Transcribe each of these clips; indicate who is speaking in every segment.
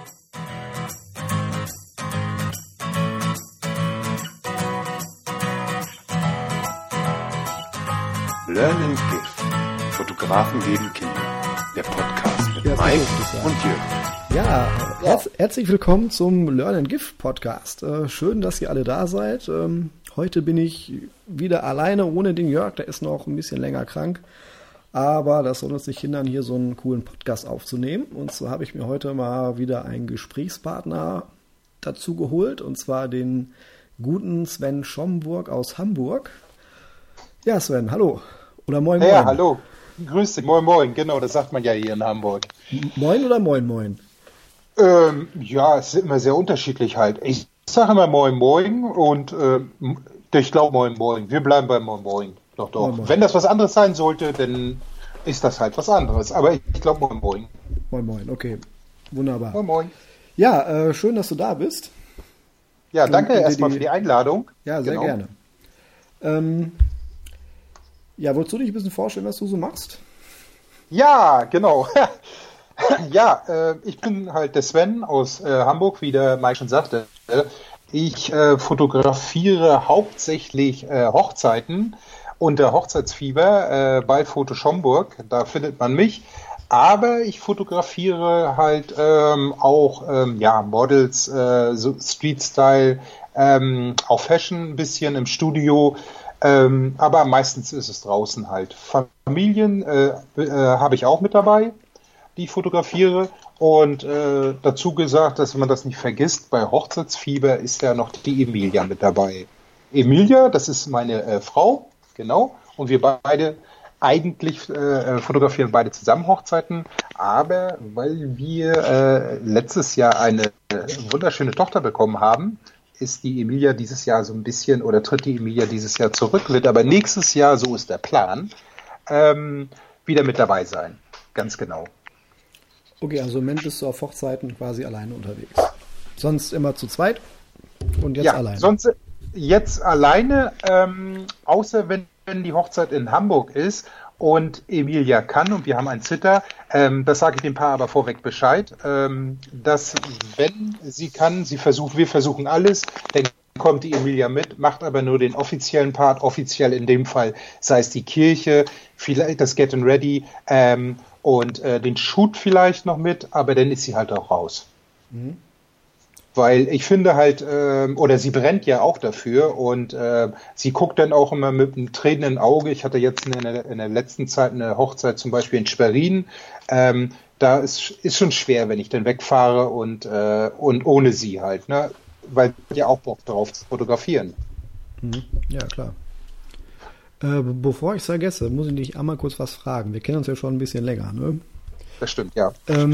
Speaker 1: Learn and Give. Fotografen geben Kinder. Der Podcast mit Mike und Jürgen.
Speaker 2: Ja, herzlich willkommen zum Learn and Give Podcast. Schön, dass ihr alle da seid. Heute bin ich wieder alleine ohne den Jörg. Der ist noch ein bisschen länger krank. Aber das soll uns nicht hindern, hier so einen coolen Podcast aufzunehmen. Und zwar habe ich mir heute mal wieder einen Gesprächspartner dazu geholt. Und zwar den guten Sven Schomburg aus Hamburg. Ja, Sven, hallo. Oder moin, moin.
Speaker 3: Ja, hallo. Grüß dich. Moin, moin. Genau, das sagt man ja hier in Hamburg.
Speaker 2: Moin oder moin, moin?
Speaker 3: Ja, es ist immer sehr unterschiedlich halt. Ich sage immer moin, moin und ich glaube moin, moin. Wir bleiben bei moin, moin. Doch. Moin, moin. Wenn das was anderes sein sollte, dann ist das halt was anderes. Aber ich glaube moin, moin.
Speaker 2: Moin, moin. Okay, wunderbar.
Speaker 3: Moin, moin.
Speaker 2: Ja, schön, dass du da bist.
Speaker 3: Ja, danke erstmal für die Einladung.
Speaker 2: Ja, sehr gerne. Ja, wolltest du dich ein bisschen vorstellen, was du so machst?
Speaker 3: Ja, genau. Ja, ich bin halt der Sven aus Hamburg, wie der Mike schon sagte. Ich fotografiere hauptsächlich Hochzeiten unter Hochzeitsfieber bei Foto Schomburg. Da findet man mich. Aber ich fotografiere halt auch Models, so Street-Style, auch Fashion ein bisschen im Studio. Aber meistens ist es draußen halt. Familien habe ich auch mit dabei, die ich fotografiere. Und dazu gesagt, dass man das nicht vergisst, bei Hochzeitsfieber ist ja noch die Emilia mit dabei. Emilia, das ist meine Frau, genau. Und wir beide eigentlich fotografieren beide zusammen Hochzeiten. Aber weil wir letztes Jahr eine wunderschöne Tochter bekommen haben, ist die Emilia dieses Jahr so ein bisschen, oder tritt die Emilia dieses Jahr zurück, wird aber nächstes Jahr, so ist der Plan, wieder mit dabei sein. Ganz genau.
Speaker 2: Okay, also im Moment bist du auf Hochzeiten quasi alleine unterwegs. Sonst immer zu zweit und jetzt alleine.
Speaker 3: Sonst jetzt alleine, außer wenn die Hochzeit in Hamburg ist und Emilia kann und wir haben einen Zitter, das sage ich dem Paar aber vorweg Bescheid, dass wenn sie kann, wir versuchen alles, dann kommt die Emilia mit, macht aber nur den offiziellen Part, offiziell in dem Fall, sei es die Kirche, vielleicht das Getting Ready und den Shoot vielleicht noch mit, aber dann ist sie halt auch raus. Mhm. Weil ich finde halt, oder sie brennt ja auch dafür und sie guckt dann auch immer mit einem tränenden Auge. Ich hatte jetzt in der letzten Zeit eine Hochzeit zum Beispiel in Schwerin. Da ist schon schwer, wenn ich dann wegfahre und ohne sie halt, ne? Weil ich ja auch Bock darauf zu fotografieren.
Speaker 2: Ja, klar. Bevor ich es vergesse, muss ich dich einmal kurz was fragen. Wir kennen uns ja schon ein bisschen länger, ne?
Speaker 3: Das stimmt, ja.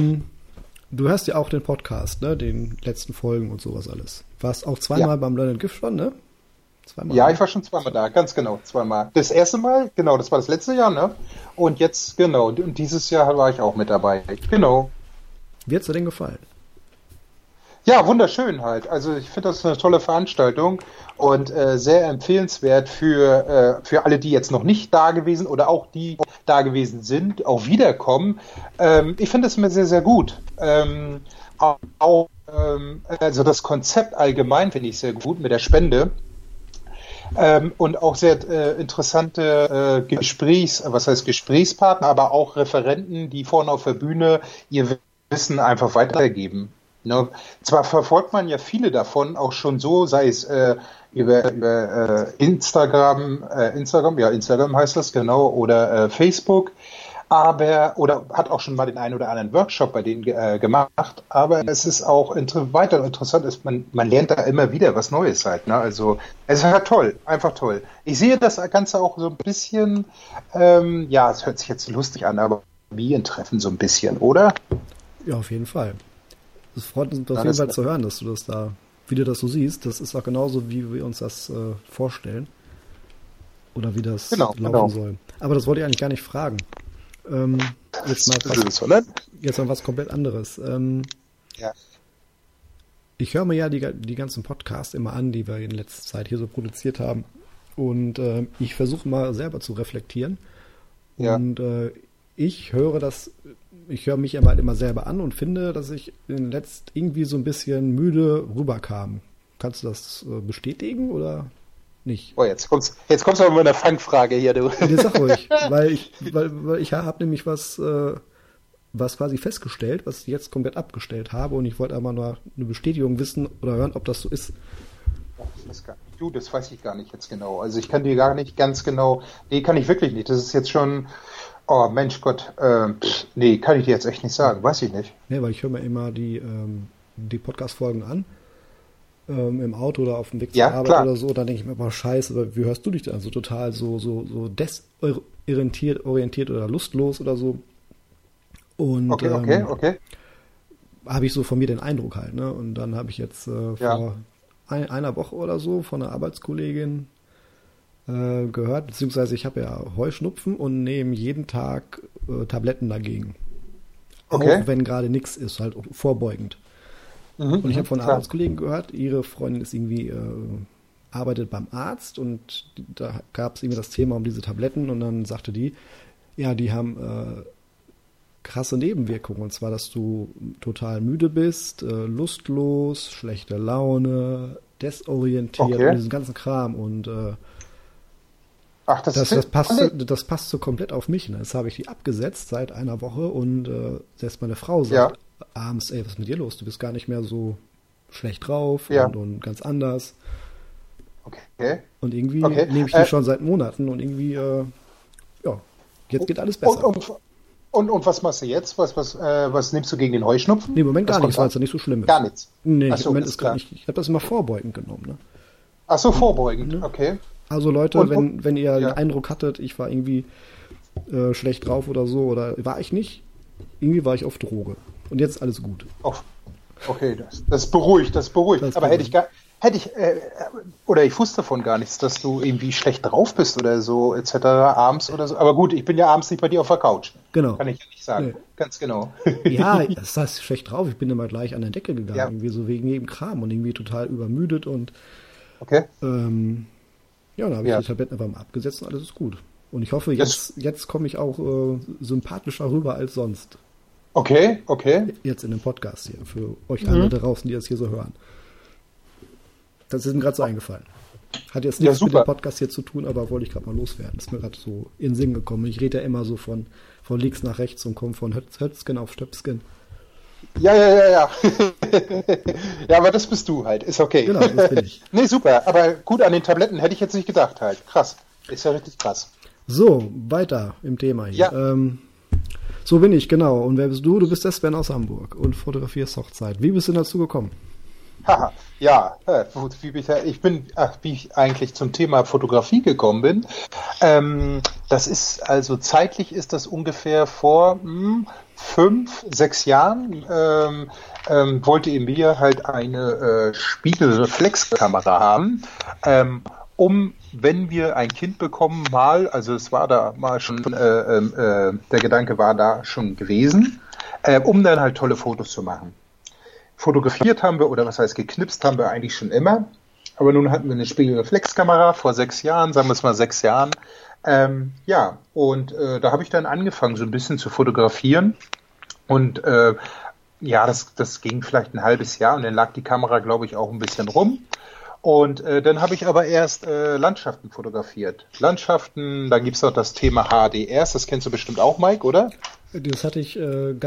Speaker 2: Du hörst ja auch den Podcast, ne? Den letzten Folgen und sowas alles. Warst auch zweimal beim Learn and Give schon, ne?
Speaker 3: Zweimal. Ja, ich war schon zweimal da, ganz genau, zweimal. Das erste Mal, genau, das war das letzte Jahr, ne? Und jetzt, genau, und dieses Jahr war ich auch mit dabei, genau.
Speaker 2: Wie hat's dir denn gefallen?
Speaker 3: Ja, wunderschön halt. Also ich finde, das ist eine tolle Veranstaltung und sehr empfehlenswert für alle, die jetzt noch nicht da gewesen oder auch die da gewesen sind, auch wiederkommen. Ich finde das immer sehr, sehr gut. Also das Konzept allgemein finde ich sehr gut mit der Spende. Und auch sehr interessante Gesprächspartner, aber auch Referenten, die vorne auf der Bühne ihr Wissen einfach weitergeben. Ne? Zwar verfolgt man ja viele davon auch schon so, sei es über Instagram heißt das, genau, oder Facebook, oder hat auch schon mal den einen oder anderen Workshop bei denen gemacht, aber es ist auch weiter interessant, man lernt da immer wieder was Neues halt, ne? Also es ist halt toll, einfach toll. Ich sehe das Ganze auch so ein bisschen, es hört sich jetzt lustig an, aber wie ein Treffen so ein bisschen, oder?
Speaker 2: Ja, auf jeden Fall. Es freut uns auf jeden Fall zu hören, dass du das da, wie du das so siehst. Das ist auch genauso, wie wir uns das vorstellen. Oder wie das laufen soll. Aber das wollte ich eigentlich gar nicht fragen. Jetzt mal was komplett anderes. Ich höre mir ja die ganzen Podcasts immer an, die wir in letzter Zeit hier so produziert haben. Und ich versuche mal selber zu reflektieren. Ja. Und ich höre mich aber halt immer selber an und finde, dass ich letzt irgendwie so ein bisschen müde rüberkam. Kannst du das bestätigen oder nicht?
Speaker 3: Oh, jetzt kommst du aber mit einer Fangfrage hier, du.
Speaker 2: Nee, sag ruhig, weil ich habe nämlich was quasi festgestellt, was ich jetzt komplett abgestellt habe und ich wollte einmal nur eine Bestätigung wissen oder hören, ob das so ist.
Speaker 3: Das weiß ich gar nicht jetzt genau. Also ich kann dir gar nicht ganz genau, nee, kann ich wirklich nicht. Das ist jetzt schon, oh Mensch Gott, nee, kann ich dir jetzt echt nicht sagen, weiß ich nicht.
Speaker 2: Nee, weil ich höre mir immer die Podcast-Folgen an, im Auto oder auf dem Weg zur Arbeit klar. Oder so, dann denke ich mir, boah, scheiße, aber wie hörst du dich denn? So total so desorientiert oder lustlos oder so. Und okay. Habe ich so von mir den Eindruck halt, ne? Und dann habe ich jetzt vor einer Woche oder so von einer Arbeitskollegin gehört, beziehungsweise ich habe ja Heuschnupfen und nehme jeden Tag Tabletten dagegen. Okay. Auch wenn gerade nichts ist, halt vorbeugend. Und ich habe von einer Arbeitskollegen gehört, ihre Freundin ist irgendwie arbeitet beim Arzt und da gab es irgendwie das Thema um diese Tabletten und dann sagte die, ja, die haben krasse Nebenwirkungen, und zwar, dass du total müde bist, lustlos, schlechte Laune, desorientiert und diesen ganzen Kram und das passt so komplett auf mich. Ne? Das habe ich die abgesetzt seit einer Woche und selbst meine Frau sagt abends, ey, was ist mit dir los? Du bist gar nicht mehr so schlecht drauf und ganz anders.
Speaker 3: Okay.
Speaker 2: Und irgendwie nehme ich die schon seit Monaten und irgendwie, jetzt geht alles besser.
Speaker 3: Und was machst du jetzt? Was nimmst du gegen den Heuschnupfen?
Speaker 2: Nee, im Moment gar nichts, weil es ja nicht so schlimm ist.
Speaker 3: Gar nichts?
Speaker 2: Nee, im Moment ist gar nicht. Ich habe das immer vorbeugend genommen. Ne?
Speaker 3: Ach so, vorbeugend, okay.
Speaker 2: Also Leute, wenn ihr den Eindruck hattet, ich war irgendwie schlecht drauf oder so, oder war ich nicht, irgendwie war ich auf Droge. Und jetzt ist alles gut.
Speaker 3: Okay, das beruhigt. Aber hätte ich, oder ich wusste davon gar nichts, dass du irgendwie schlecht drauf bist oder so, etc. abends oder so. Aber gut, ich bin ja abends nicht bei dir auf der Couch.
Speaker 2: Genau.
Speaker 3: Kann ich ja nicht sagen. Nee. Ganz genau.
Speaker 2: Ja, das heißt schlecht drauf. Ich bin immer gleich an der Decke gegangen, irgendwie so wegen jedem Kram und irgendwie total übermüdet und dann habe ich die Tabletten einfach mal abgesetzt und alles ist gut. Und ich hoffe, jetzt komme ich auch sympathischer rüber als sonst.
Speaker 3: Okay.
Speaker 2: Jetzt in dem Podcast hier, für euch alle da draußen, die das hier so hören. Das ist mir gerade so eingefallen. Hat jetzt nichts mit dem Podcast hier zu tun, aber wollte ich gerade mal loswerden. Das ist mir gerade so in den Sinn gekommen. Ich rede ja immer so von links nach rechts und komme von Hötzgen auf Stöpsken.
Speaker 3: Ja. Ja, aber das bist du halt. Ist okay.
Speaker 2: Genau, das bin ich.
Speaker 3: Nee, super. Aber gut, an den Tabletten hätte ich jetzt nicht gedacht halt. Krass. Ist ja richtig krass.
Speaker 2: So, weiter im Thema hier. Ja. So bin ich, genau. Und wer bist du? Du bist der Sven aus Hamburg und fotografierst Hochzeit. Wie bist du dazu gekommen?
Speaker 3: Haha, wie ich eigentlich zum Thema Fotografie gekommen bin. Das ist, also zeitlich ist das ungefähr vor 5-6 Jahren, wollte Emilia halt eine Spiegelreflexkamera haben, wenn wir ein Kind bekommen, also es war da mal schon, der Gedanke war da schon gewesen, um dann halt tolle Fotos zu machen. Fotografiert haben wir, oder was heißt geknipst haben wir eigentlich schon immer, aber nun hatten wir eine Spiegelreflexkamera vor 6 Jahren, sagen wir es mal 6 Jahren, da habe ich dann angefangen so ein bisschen zu fotografieren und das ging vielleicht ein halbes Jahr und dann lag die Kamera, glaube ich, auch ein bisschen rum. Und dann habe ich aber erst Landschaften fotografiert. Landschaften, dann gibt es auch das Thema HDRs, das kennst du bestimmt auch, Mike, oder?
Speaker 2: Das hatte ich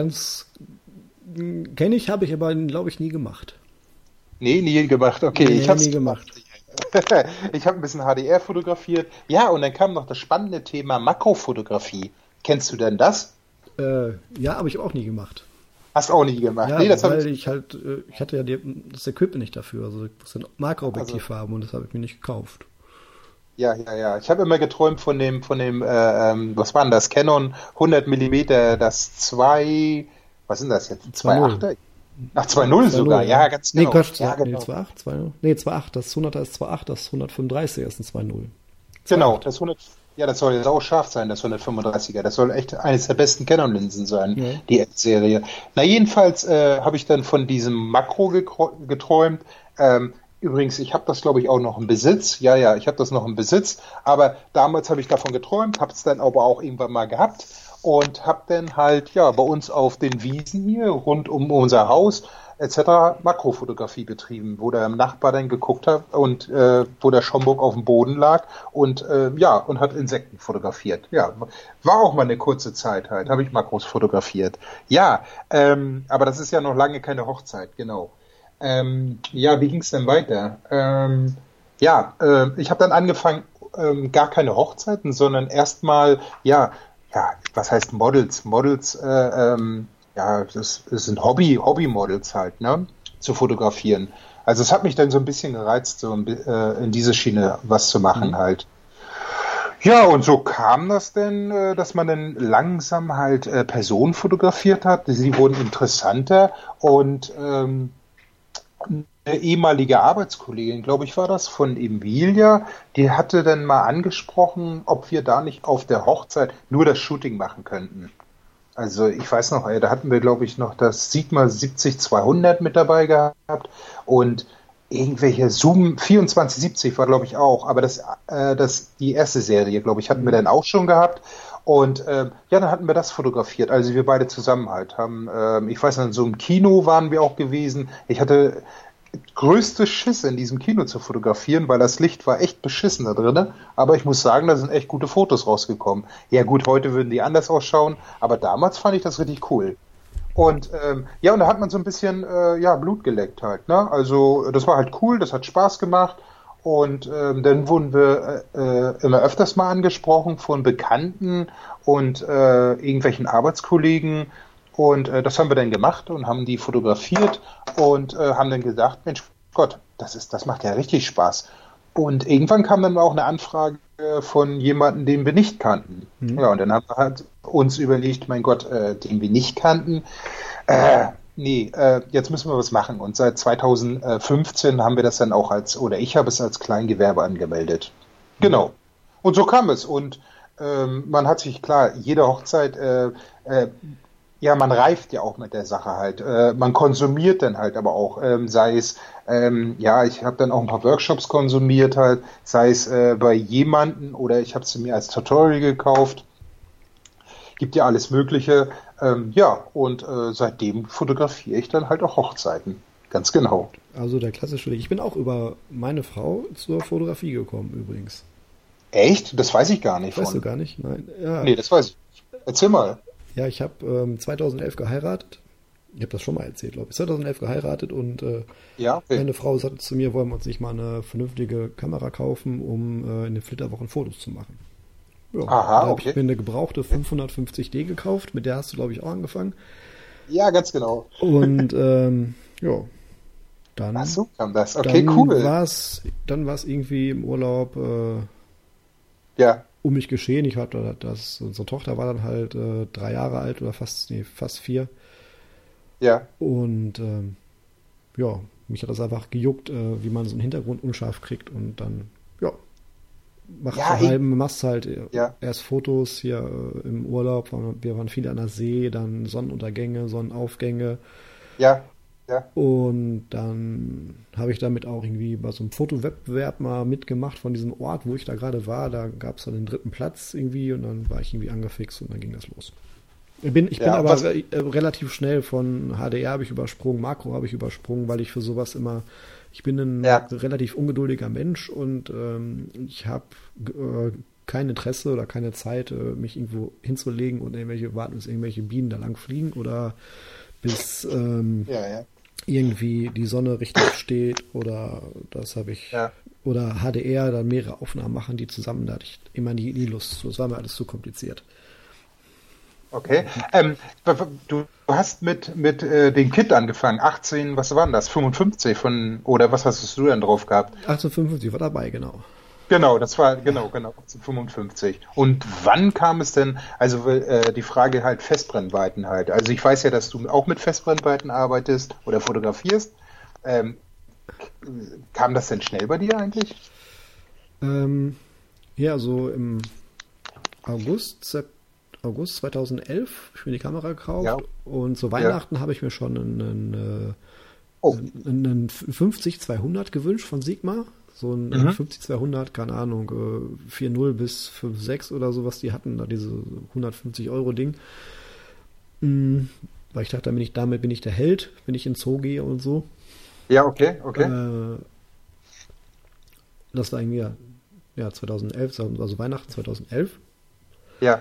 Speaker 2: kenne ich, habe ich aber, glaube ich, nie gemacht.
Speaker 3: Nee, nie gemacht, okay.
Speaker 2: Nee, ich habe nie gemacht.
Speaker 3: Ich habe ein bisschen HDR fotografiert. Ja, und dann kam noch das spannende Thema Makrofotografie. Kennst du denn das?
Speaker 2: Ja, habe ich auch nie gemacht.
Speaker 3: Hast auch nie gemacht?
Speaker 2: Ja, nee, weil ich hatte ja das Equipment nicht dafür. Also ich musste ein Makroobjektiv haben und das habe ich mir nicht gekauft.
Speaker 3: Ja. Ich habe immer geträumt von dem, was war denn das? Canon 100 mm, das 2, was sind das jetzt? 2.8er? Ach, 2.0 sogar, ja, ganz genau.
Speaker 2: Nee, Quatsch,
Speaker 3: ja,
Speaker 2: genau. 2.8, 2.0. Nee, 2.8, das 100er ist 2.8, das 135er ist ein 2.0.
Speaker 3: Genau, das 100, ja, das soll jetzt auch scharf sein, das 135er. Das soll echt eines der besten Canon-Linsen sein, die L-Serie. Na, jedenfalls habe ich dann von diesem Makro geträumt. Übrigens, ich habe das, glaube ich, auch noch im Besitz. Ja, ich habe das noch im Besitz. Aber damals habe ich davon geträumt, habe es dann aber auch irgendwann mal gehabt. und habe dann halt ja bei uns auf den Wiesen hier rund um unser Haus etc. Makrofotografie betrieben, wo der Nachbar dann geguckt hat und wo der Schomburg auf dem Boden lag und und hat Insekten fotografiert. Ja, war auch mal eine kurze Zeit halt, habe ich Makros fotografiert. Ja, aber das ist ja noch lange keine Hochzeit, genau. Wie ging es denn weiter? Ich habe dann angefangen, gar keine Hochzeiten, sondern erstmal, was heißt Models? Models, das sind Hobby-Models halt, ne, zu fotografieren. Also es hat mich dann so ein bisschen gereizt, so in diese Schiene was zu machen halt. Ja, und so kam das denn, dass man dann langsam halt Personen fotografiert hat. Sie wurden interessanter und eine ehemalige Arbeitskollegin, glaube ich, war das, von Emilia, die hatte dann mal angesprochen, ob wir da nicht auf der Hochzeit nur das Shooting machen könnten. Also ich weiß noch, da hatten wir, glaube ich, noch das Sigma 70-200 mit dabei gehabt und irgendwelche Zoom 2470 war, glaube ich, auch, aber die erste Serie, glaube ich, hatten wir dann auch schon gehabt. Und dann hatten wir das fotografiert, also wir beide zusammen halt haben, ich weiß nicht, in so einem Kino waren wir auch gewesen. Ich hatte größte Schiss in diesem Kino zu fotografieren, weil das Licht war echt beschissen da drin. Aber ich muss sagen, da sind echt gute Fotos rausgekommen. Ja gut, heute würden die anders ausschauen, aber damals fand ich das richtig cool. Und und da hat man so ein bisschen Blut geleckt halt. Ne? Also das war halt cool, das hat Spaß gemacht. Und dann wurden wir immer öfters mal angesprochen von Bekannten und irgendwelchen Arbeitskollegen. Und das haben wir dann gemacht und haben die fotografiert und haben dann gedacht, Mensch Gott, das macht ja richtig Spaß. Und irgendwann kam dann auch eine Anfrage von jemandem, den wir nicht kannten. Mhm. Ja, und dann haben wir halt uns überlegt, mein Gott, den wir nicht kannten, jetzt müssen wir was machen. Und seit 2015 haben wir das dann auch ich habe es als Kleingewerbe angemeldet. Genau. Und so kam es. Und man hat sich, klar, jede Hochzeit, man reift ja auch mit der Sache halt. Man konsumiert dann halt aber auch, sei es, ich habe dann auch ein paar Workshops konsumiert halt, sei es bei jemanden oder ich habe es mir als Tutorial gekauft. Gibt ja alles Mögliche. Seitdem fotografiere ich dann halt auch Hochzeiten. Ganz genau.
Speaker 2: Also der klassische Weg. Ich bin auch über meine Frau zur Fotografie gekommen übrigens.
Speaker 3: Echt? Das weiß ich gar nicht.
Speaker 2: Weißt du gar nicht? Nein. Ja.
Speaker 3: Nee, das weiß ich nicht. Erzähl mal.
Speaker 2: Ja, ich habe 2011 geheiratet. Ich habe das schon mal erzählt, glaube ich. 2011 geheiratet und meine Frau sagte zu mir, wollen wir uns nicht mal eine vernünftige Kamera kaufen, um in den Flitterwochen Fotos zu machen. Ja,
Speaker 3: aha,
Speaker 2: da habe ich mir eine gebrauchte 550D gekauft, mit der hast du, glaube ich, auch angefangen.
Speaker 3: Ja, ganz genau.
Speaker 2: Und dann.
Speaker 3: Ach so, kam das. Okay, cool.
Speaker 2: Dann war es irgendwie im Urlaub um mich geschehen. Ich hatte unsere Tochter war dann halt 3 Jahre alt oder fast 4.
Speaker 3: Ja.
Speaker 2: Und mich hat das einfach gejuckt, wie man so einen Hintergrund unscharf kriegt und dann, machst halt erst Fotos hier im Urlaub, wir waren viele an der See, dann Sonnenuntergänge, Sonnenaufgänge.
Speaker 3: Ja.
Speaker 2: Und dann habe ich damit auch irgendwie bei so einem Fotowettbewerb mal mitgemacht von diesem Ort, wo ich da gerade war. Da gab es dann den 3. Platz irgendwie und dann war ich irgendwie angefixt und dann ging das los. Ich bin aber relativ schnell von HDR habe ich übersprungen, Makro habe ich übersprungen, weil ich für sowas immer, ich bin ein relativ ungeduldiger Mensch und ich habe kein Interesse oder keine Zeit, mich irgendwo hinzulegen und warten, bis irgendwelche Bienen da lang fliegen oder bis irgendwie die Sonne richtig steht oder das habe ich oder HDR, dann mehrere Aufnahmen machen, die zusammen, da hatte ich immer nie Lust zu. Das war mir alles zu kompliziert.
Speaker 3: Okay. Du hast mit dem Kit angefangen, 18, was war denn das? 55 oder was hast du denn drauf gehabt?
Speaker 2: 1855 war dabei, genau.
Speaker 3: Genau, das war, genau, 1855. Und wann kam es denn, also die Frage halt Festbrennweiten halt. Also ich weiß ja, dass du auch mit Festbrennweiten arbeitest oder fotografierst. Kam das denn schnell bei dir eigentlich?
Speaker 2: So im August 2011 habe ich mir die Kamera gekauft und zu Weihnachten habe ich mir schon einen 50-200 gewünscht von Sigma. So ein 50-200, keine Ahnung, 4.0 bis 5.6 oder so, was die hatten, da diese 150 € Ding. Weil ich dachte, damit bin ich der Held, wenn ich in den Zoo gehe und so.
Speaker 3: Ja, okay.
Speaker 2: Das war irgendwie, ja, 2011, also Weihnachten 2011.
Speaker 3: Ja.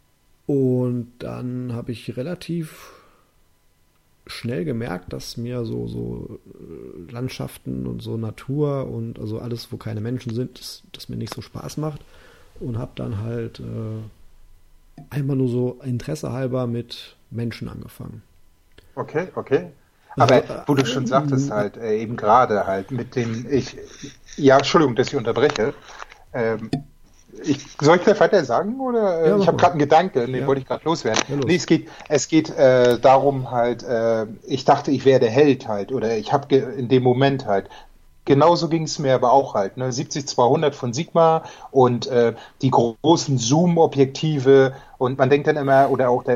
Speaker 2: Und dann habe ich relativ schnell gemerkt, dass mir so Landschaften und so Natur und also alles, wo keine Menschen sind, das mir nicht so Spaß macht. Und habe dann halt einfach nur so Interesse halber mit Menschen angefangen.
Speaker 3: Okay. Aber wo du schon sagtest halt, eben gerade halt mit dem, Entschuldigung, dass ich unterbreche. Soll ich gleich weiter sagen? Oder
Speaker 2: Ja,
Speaker 3: ich habe gerade einen Gedanke, wollte ich gerade loswerden.
Speaker 2: Ja, los.
Speaker 3: Nee, es geht darum halt, ich dachte, ich wäre der Held halt, oder ich habe in dem Moment halt. Genauso ging es mir aber auch halt, ne? 70-200 von Sigma und die großen Zoom-Objektive und man denkt dann immer, oder auch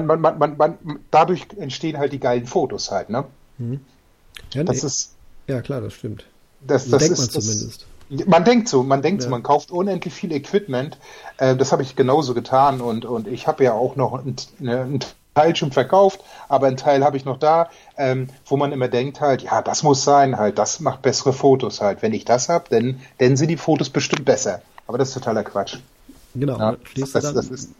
Speaker 3: dadurch entstehen halt die geilen Fotos halt, ne?
Speaker 2: Ja,
Speaker 3: das ist,
Speaker 2: ja klar, das stimmt.
Speaker 3: Das
Speaker 2: denkt
Speaker 3: ist
Speaker 2: man zumindest.
Speaker 3: Man denkt so, man kauft unendlich viel Equipment. Das habe ich genauso getan und ich habe ja auch noch einen Teil schon verkauft, aber einen Teil habe ich noch da, wo man immer denkt halt, ja, das muss sein halt, das macht bessere Fotos halt. Wenn ich das habe, dann sind die Fotos bestimmt besser. Aber das ist totaler Quatsch.
Speaker 2: Genau,
Speaker 3: ja,
Speaker 2: stehst du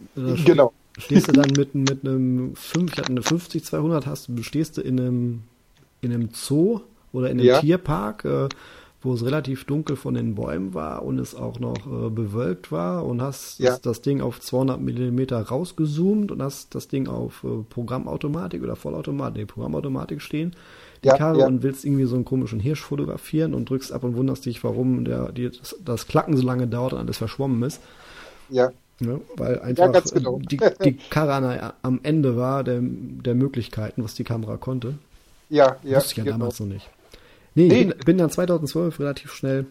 Speaker 2: dann mit einem ich hatte eine 50-200, stehst du in einem Zoo oder in einem Tierpark, wo es relativ dunkel von den Bäumen war und es auch noch bewölkt war und hast das Ding auf 200 mm rausgezoomt und hast das Ding auf Programmautomatik oder Programmautomatik stehen, die Karre, und willst irgendwie so einen komischen Hirsch fotografieren und drückst ab und wunderst dich, warum das Klacken so lange dauert und alles verschwommen ist.
Speaker 3: Ja.
Speaker 2: Ja, weil einfach
Speaker 3: genau.
Speaker 2: die Karre am Ende war der Möglichkeiten, was die Kamera konnte.
Speaker 3: Ja,
Speaker 2: wusste ich ja damals noch nicht. Nee, ich bin dann 2012 relativ schnell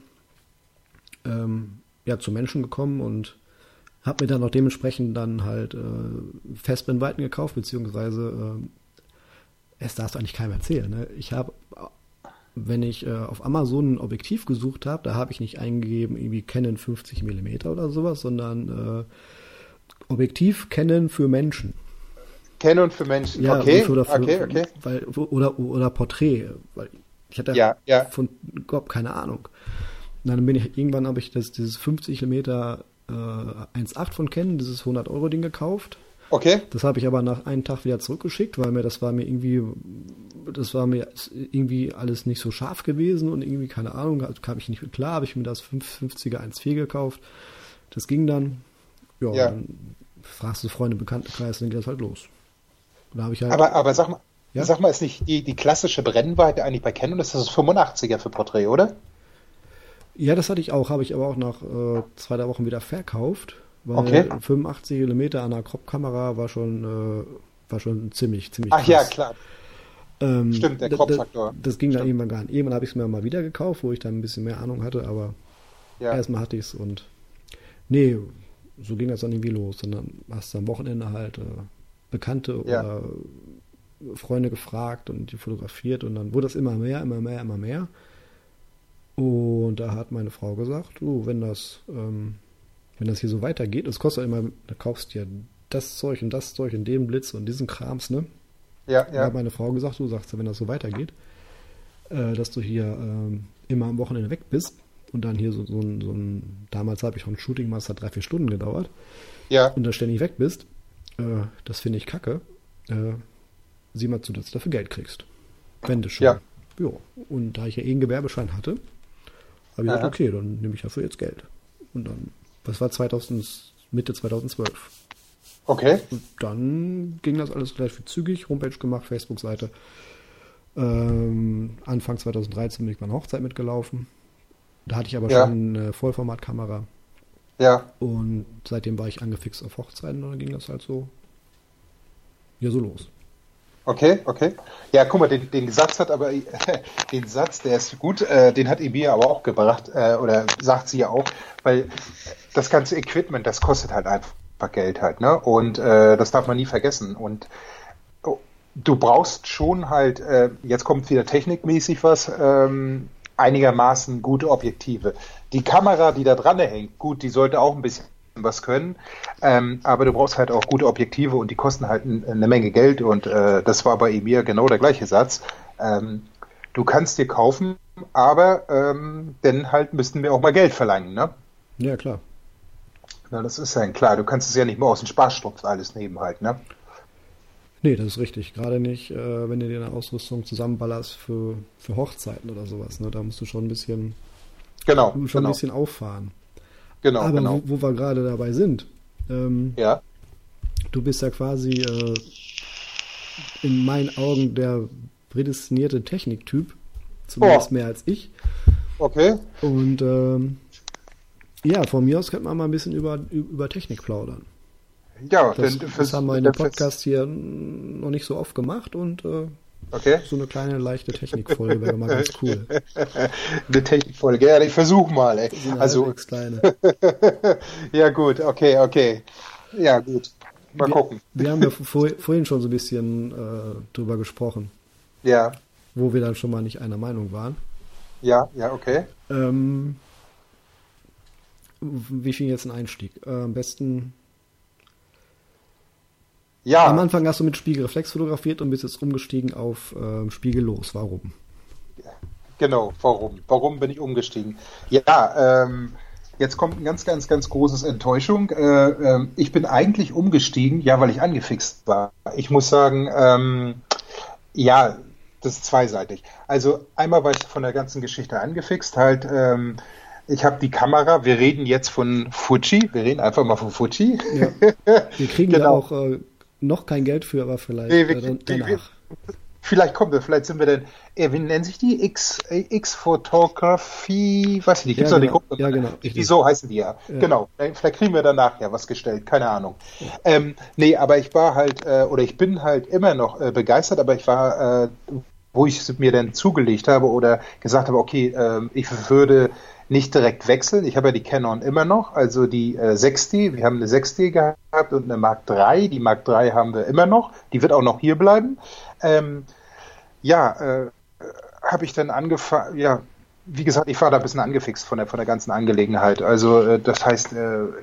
Speaker 2: zu Menschen gekommen und habe mir dann auch dementsprechend dann halt Festbrennweiten gekauft, beziehungsweise es darfst du eigentlich keinem erzählen. Ne? Ich habe, wenn ich auf Amazon ein Objektiv gesucht habe, da habe ich nicht eingegeben, irgendwie Canon 50 mm oder sowas, sondern Objektiv Canon für Menschen.
Speaker 3: Canon für Menschen,
Speaker 2: ja,
Speaker 3: okay.
Speaker 2: Okay. Oder Porträt, weil ich hatte von überhaupt keine Ahnung. Und dann habe ich dieses 50 mm 1.8 von Canon, dieses 100 € Ding gekauft.
Speaker 3: Okay.
Speaker 2: Das habe ich aber nach einem Tag wieder zurückgeschickt, weil das war mir irgendwie alles nicht so scharf gewesen und irgendwie, keine Ahnung, kam ich nicht mit klar, habe ich mir das 50er 1.4 gekauft. Das ging dann, dann fragst du Freunde, Bekanntenkreis, dann geht das halt los. Da habe ich halt,
Speaker 3: aber sag mal, ist nicht die klassische Brennweite eigentlich bei Canon, ist das 85er für Porträt, oder?
Speaker 2: Ja, das hatte ich auch, habe ich aber auch nach 2-3 Wochen wieder verkauft, weil 85 mm an einer Crop-Kamera war schon ziemlich krass.
Speaker 3: Ach ja, klar. Stimmt, der Crop-Faktor.
Speaker 2: Das ging dann irgendwann gar nicht. Irgendwann habe ich es mir mal wieder gekauft, wo ich dann ein bisschen mehr Ahnung hatte, aber erstmal hatte ich es und so ging das dann irgendwie los. Und dann hast du am Wochenende halt Bekannte oder Freunde gefragt und die fotografiert und dann wurde das immer mehr. Und da hat meine Frau gesagt, wenn das hier so weitergeht, es kostet immer, da kaufst du ja das Zeug und den Blitz und diesen Krams, ne?
Speaker 3: Ja.
Speaker 2: Da hat meine Frau gesagt, wenn das so weitergeht, dass du hier immer am Wochenende weg bist und dann hier so ein, damals habe ich von Shooting Master 3-4 Stunden gedauert und da ständig weg bist, das finde ich kacke. Sieh mal zu, dass du dafür Geld kriegst. Wenn du schon. Ja. Und da ich ja einen Gewerbeschein hatte, habe ich gesagt, okay, dann nehme ich dafür jetzt Geld. Und dann, das war Mitte 2012.
Speaker 3: Okay.
Speaker 2: Und dann ging das alles relativ zügig, Homepage gemacht, Facebook-Seite. Anfang 2013 bin ich meine Hochzeit mitgelaufen. Da hatte ich aber schon eine Vollformatkamera.
Speaker 3: Ja.
Speaker 2: Und seitdem war ich angefixt auf Hochzeiten und dann ging das halt so los.
Speaker 3: Okay. Ja, guck mal, den Satz, der ist gut, den hat Emilia aber auch gebracht, oder sagt sie ja auch, weil das ganze Equipment, das kostet halt einfach Geld halt, ne? Und das darf man nie vergessen. Und du brauchst schon halt, jetzt kommt wieder technikmäßig was, einigermaßen gute Objektive. Die Kamera, die da dran hängt, gut, die sollte auch ein bisschen was können, aber du brauchst halt auch gute Objektive und die kosten halt eine Menge Geld und das war bei mir genau der gleiche Satz. Du kannst dir kaufen, aber dann halt müssten wir auch mal Geld verlangen, ne?
Speaker 2: Ja, klar.
Speaker 3: Na, das ist ja klar, du kannst es ja nicht mehr aus dem Sparstrumpf alles nehmen halt, ne?
Speaker 2: Nee, das ist richtig. Gerade nicht, wenn du dir eine Ausrüstung zusammenballerst für Hochzeiten oder sowas, ne? Da musst du schon ein bisschen, ein bisschen auffahren.
Speaker 3: Genau,
Speaker 2: aber
Speaker 3: genau.
Speaker 2: Wo wir gerade dabei sind,
Speaker 3: ja.
Speaker 2: Du bist ja quasi in meinen Augen der prädestinierte Techniktyp, zumindest mehr als ich.
Speaker 3: Okay.
Speaker 2: Und ja, von mir aus könnte man mal ein bisschen über Technik plaudern.
Speaker 3: Ja,
Speaker 2: das haben wir in dem Podcast hier noch nicht so oft gemacht und
Speaker 3: okay.
Speaker 2: So eine kleine, leichte Technikfolge wäre mal ganz cool.
Speaker 3: Eine Technikfolge, ja, ich versuche mal, ey.
Speaker 2: Also kleine.
Speaker 3: Ja, gut, okay. Ja, gut. Mal gucken.
Speaker 2: Wir haben ja vorhin schon so ein bisschen drüber gesprochen.
Speaker 3: Ja.
Speaker 2: Wo wir dann schon mal nicht einer Meinung waren.
Speaker 3: Ja, okay.
Speaker 2: Wie fing jetzt ein Einstieg? Am besten.
Speaker 3: Ja.
Speaker 2: Am Anfang hast du mit Spiegelreflex fotografiert und bist jetzt umgestiegen auf spiegellos. Warum?
Speaker 3: Genau, warum? Warum bin ich umgestiegen? Ja, jetzt kommt ein ganz, ganz, ganz großes Enttäuschung. Ich bin eigentlich umgestiegen, ja, weil ich angefixt war. Ich muss sagen, ja, das ist zweiseitig. Also einmal war ich von der ganzen Geschichte angefixt, halt, ich habe die Kamera, wir reden jetzt von Fuji, wir reden einfach mal von Fuji. Ja.
Speaker 2: Wir kriegen ja auch noch kein Geld für, aber vielleicht danach.
Speaker 3: Vielleicht kommen wir, vielleicht sind wir dann, wie nennen sich die? X-Photography, weiß ich nicht, gibt's
Speaker 2: ja,
Speaker 3: noch
Speaker 2: genau.
Speaker 3: die Gruppe?
Speaker 2: Ja, genau.
Speaker 3: Wieso heißen die ja? Genau, vielleicht kriegen wir danach ja was gestellt, keine Ahnung. Nee, aber ich war halt, oder ich bin halt immer noch begeistert, aber ich war, wo ich es mir dann zugelegt habe oder gesagt habe, okay, ich würde nicht direkt wechseln. Ich habe ja die Canon immer noch, also die 6D. Wir haben eine 6D gehabt und eine Mark III. Die Mark III haben wir immer noch. Die wird auch noch hier bleiben. Habe ich dann angefangen, ja, wie gesagt, ich war da ein bisschen angefixt von der ganzen Angelegenheit. Also das heißt,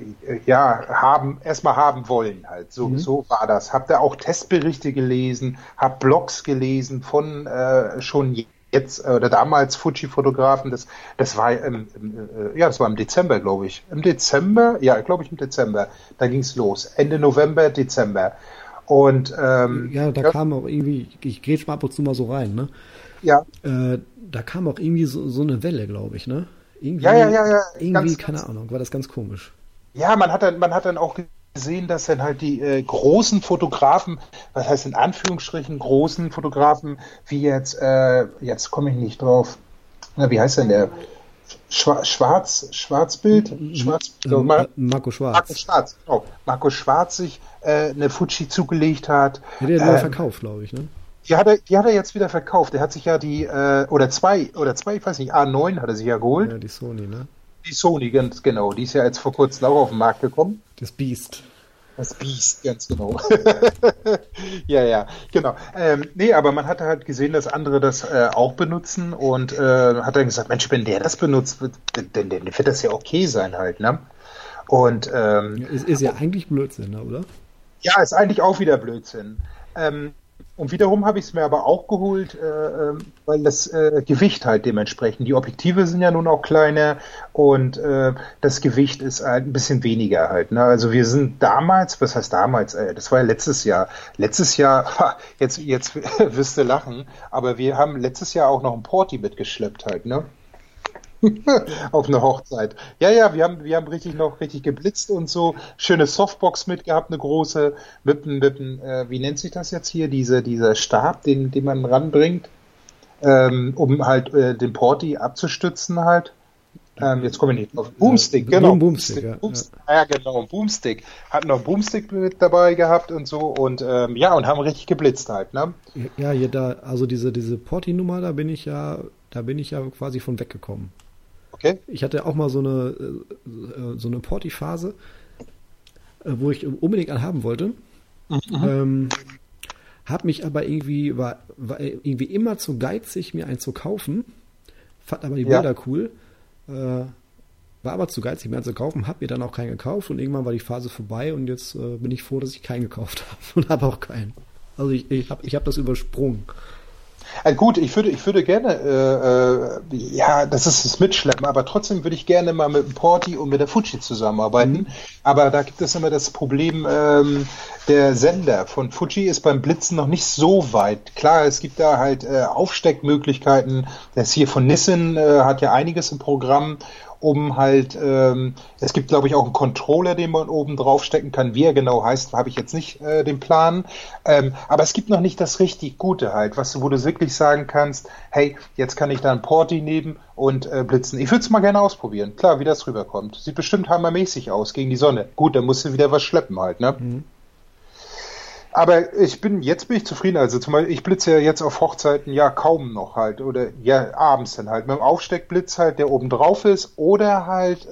Speaker 3: erstmal haben wollen halt. So war das. Hab da auch Testberichte gelesen, hab Blogs gelesen von schon jetzt oder damals Fuji-Fotografen. Das war das war im Dezember, glaube ich. Im Dezember. Da ging es los. Ende November, Dezember. Und
Speaker 2: kam auch irgendwie, ich grätsch mal ab und zu mal so rein, ne? Ja. Da kam auch irgendwie so eine Welle, glaube ich, ne? Irgendwie, irgendwie, keine Ahnung, war das ganz komisch. Ja,
Speaker 3: man hat dann auch gesehen, dass dann halt die großen Fotografen, was heißt in Anführungsstrichen großen Fotografen, wie jetzt komme ich nicht drauf, wie heißt denn der? Schwarzbild?
Speaker 2: Marco Schwarz.
Speaker 3: Marco Schwarz sich eine Fuji zugelegt hat.
Speaker 2: Ja, der hat verkauft, glaube ich, ne?
Speaker 3: Die hat er jetzt wieder verkauft. Er hat sich ja die, oder zwei, ich weiß nicht, A9 hat er sich ja geholt.
Speaker 2: Ja, die Sony, ne?
Speaker 3: Die Sony, ganz genau. Die ist ja jetzt vor kurzem auch auf den Markt gekommen.
Speaker 2: Das Beast, ganz genau.
Speaker 3: ja, genau. Nee, aber man hatte halt gesehen, dass andere das auch benutzen und hat dann gesagt, Mensch, wenn der das benutzt, dann wird das ja okay sein halt, ne? Und
Speaker 2: ist ja eigentlich Blödsinn, ne, oder?
Speaker 3: Ja, ist eigentlich auch wieder Blödsinn. Und wiederum habe ich es mir aber auch geholt, weil das Gewicht halt dementsprechend. Die Objektive sind ja nun auch kleiner und das Gewicht ist halt ein bisschen weniger halt. Ne? Also wir sind damals, was heißt damals? Das war ja letztes Jahr. Letztes Jahr, jetzt wirst du lachen, aber wir haben letztes Jahr auch noch ein Porti mitgeschleppt halt, ne? Auf eine Hochzeit. Ja, wir haben richtig geblitzt und so. Schöne Softbox mitgehabt, eine große, mit wie nennt sich das jetzt hier? Dieser Stab, den man ranbringt, um halt den Porti abzustützen halt. Jetzt komme ich nicht drauf. Boomstick, genau.
Speaker 2: Boomstick, ja.
Speaker 3: Ja, genau, Boomstick. Hatten noch einen Boomstick mit dabei gehabt und so und und haben richtig geblitzt halt, ne?
Speaker 2: Ja, also diese Porti-Nummer, da bin ich ja quasi von weggekommen.
Speaker 3: Okay.
Speaker 2: Ich hatte auch mal so eine Porti-Phase, wo ich unbedingt einen haben wollte. Hab mich aber war irgendwie immer zu geizig, mir einen zu kaufen, fand aber die Bilder cool, war aber zu geizig, mehr zu kaufen, habe mir dann auch keinen gekauft und irgendwann war die Phase vorbei und jetzt bin ich froh, dass ich keinen gekauft habe und habe auch keinen. Also ich hab das übersprungen.
Speaker 3: Gut, ich würde gerne, das ist das Mitschleppen, aber trotzdem würde ich gerne mal mit dem Porti und mit der Fuji zusammenarbeiten. Aber da gibt es immer das Problem, der Sender von Fuji ist beim Blitzen noch nicht so weit. Klar, es gibt da halt Aufsteckmöglichkeiten. Das hier von Nissin hat ja einiges im Programm, um halt, es gibt glaube ich auch einen Controller, den man oben drauf stecken kann. Wie er genau heißt, habe ich jetzt nicht den Plan. Aber es gibt noch nicht das richtig Gute halt, wo du wirklich sagen kannst, hey, jetzt kann ich da ein Porti nehmen und blitzen. Ich würde es mal gerne ausprobieren. Klar, wie das rüberkommt. Sieht bestimmt hammermäßig aus gegen die Sonne. Gut, dann musst du wieder was schleppen halt, ne? Mhm. Aber jetzt bin ich zufrieden. Also zum Beispiel, ich blitze ja jetzt auf Hochzeiten ja kaum noch halt oder ja abends dann halt mit dem Aufsteckblitz halt, der oben drauf ist oder halt,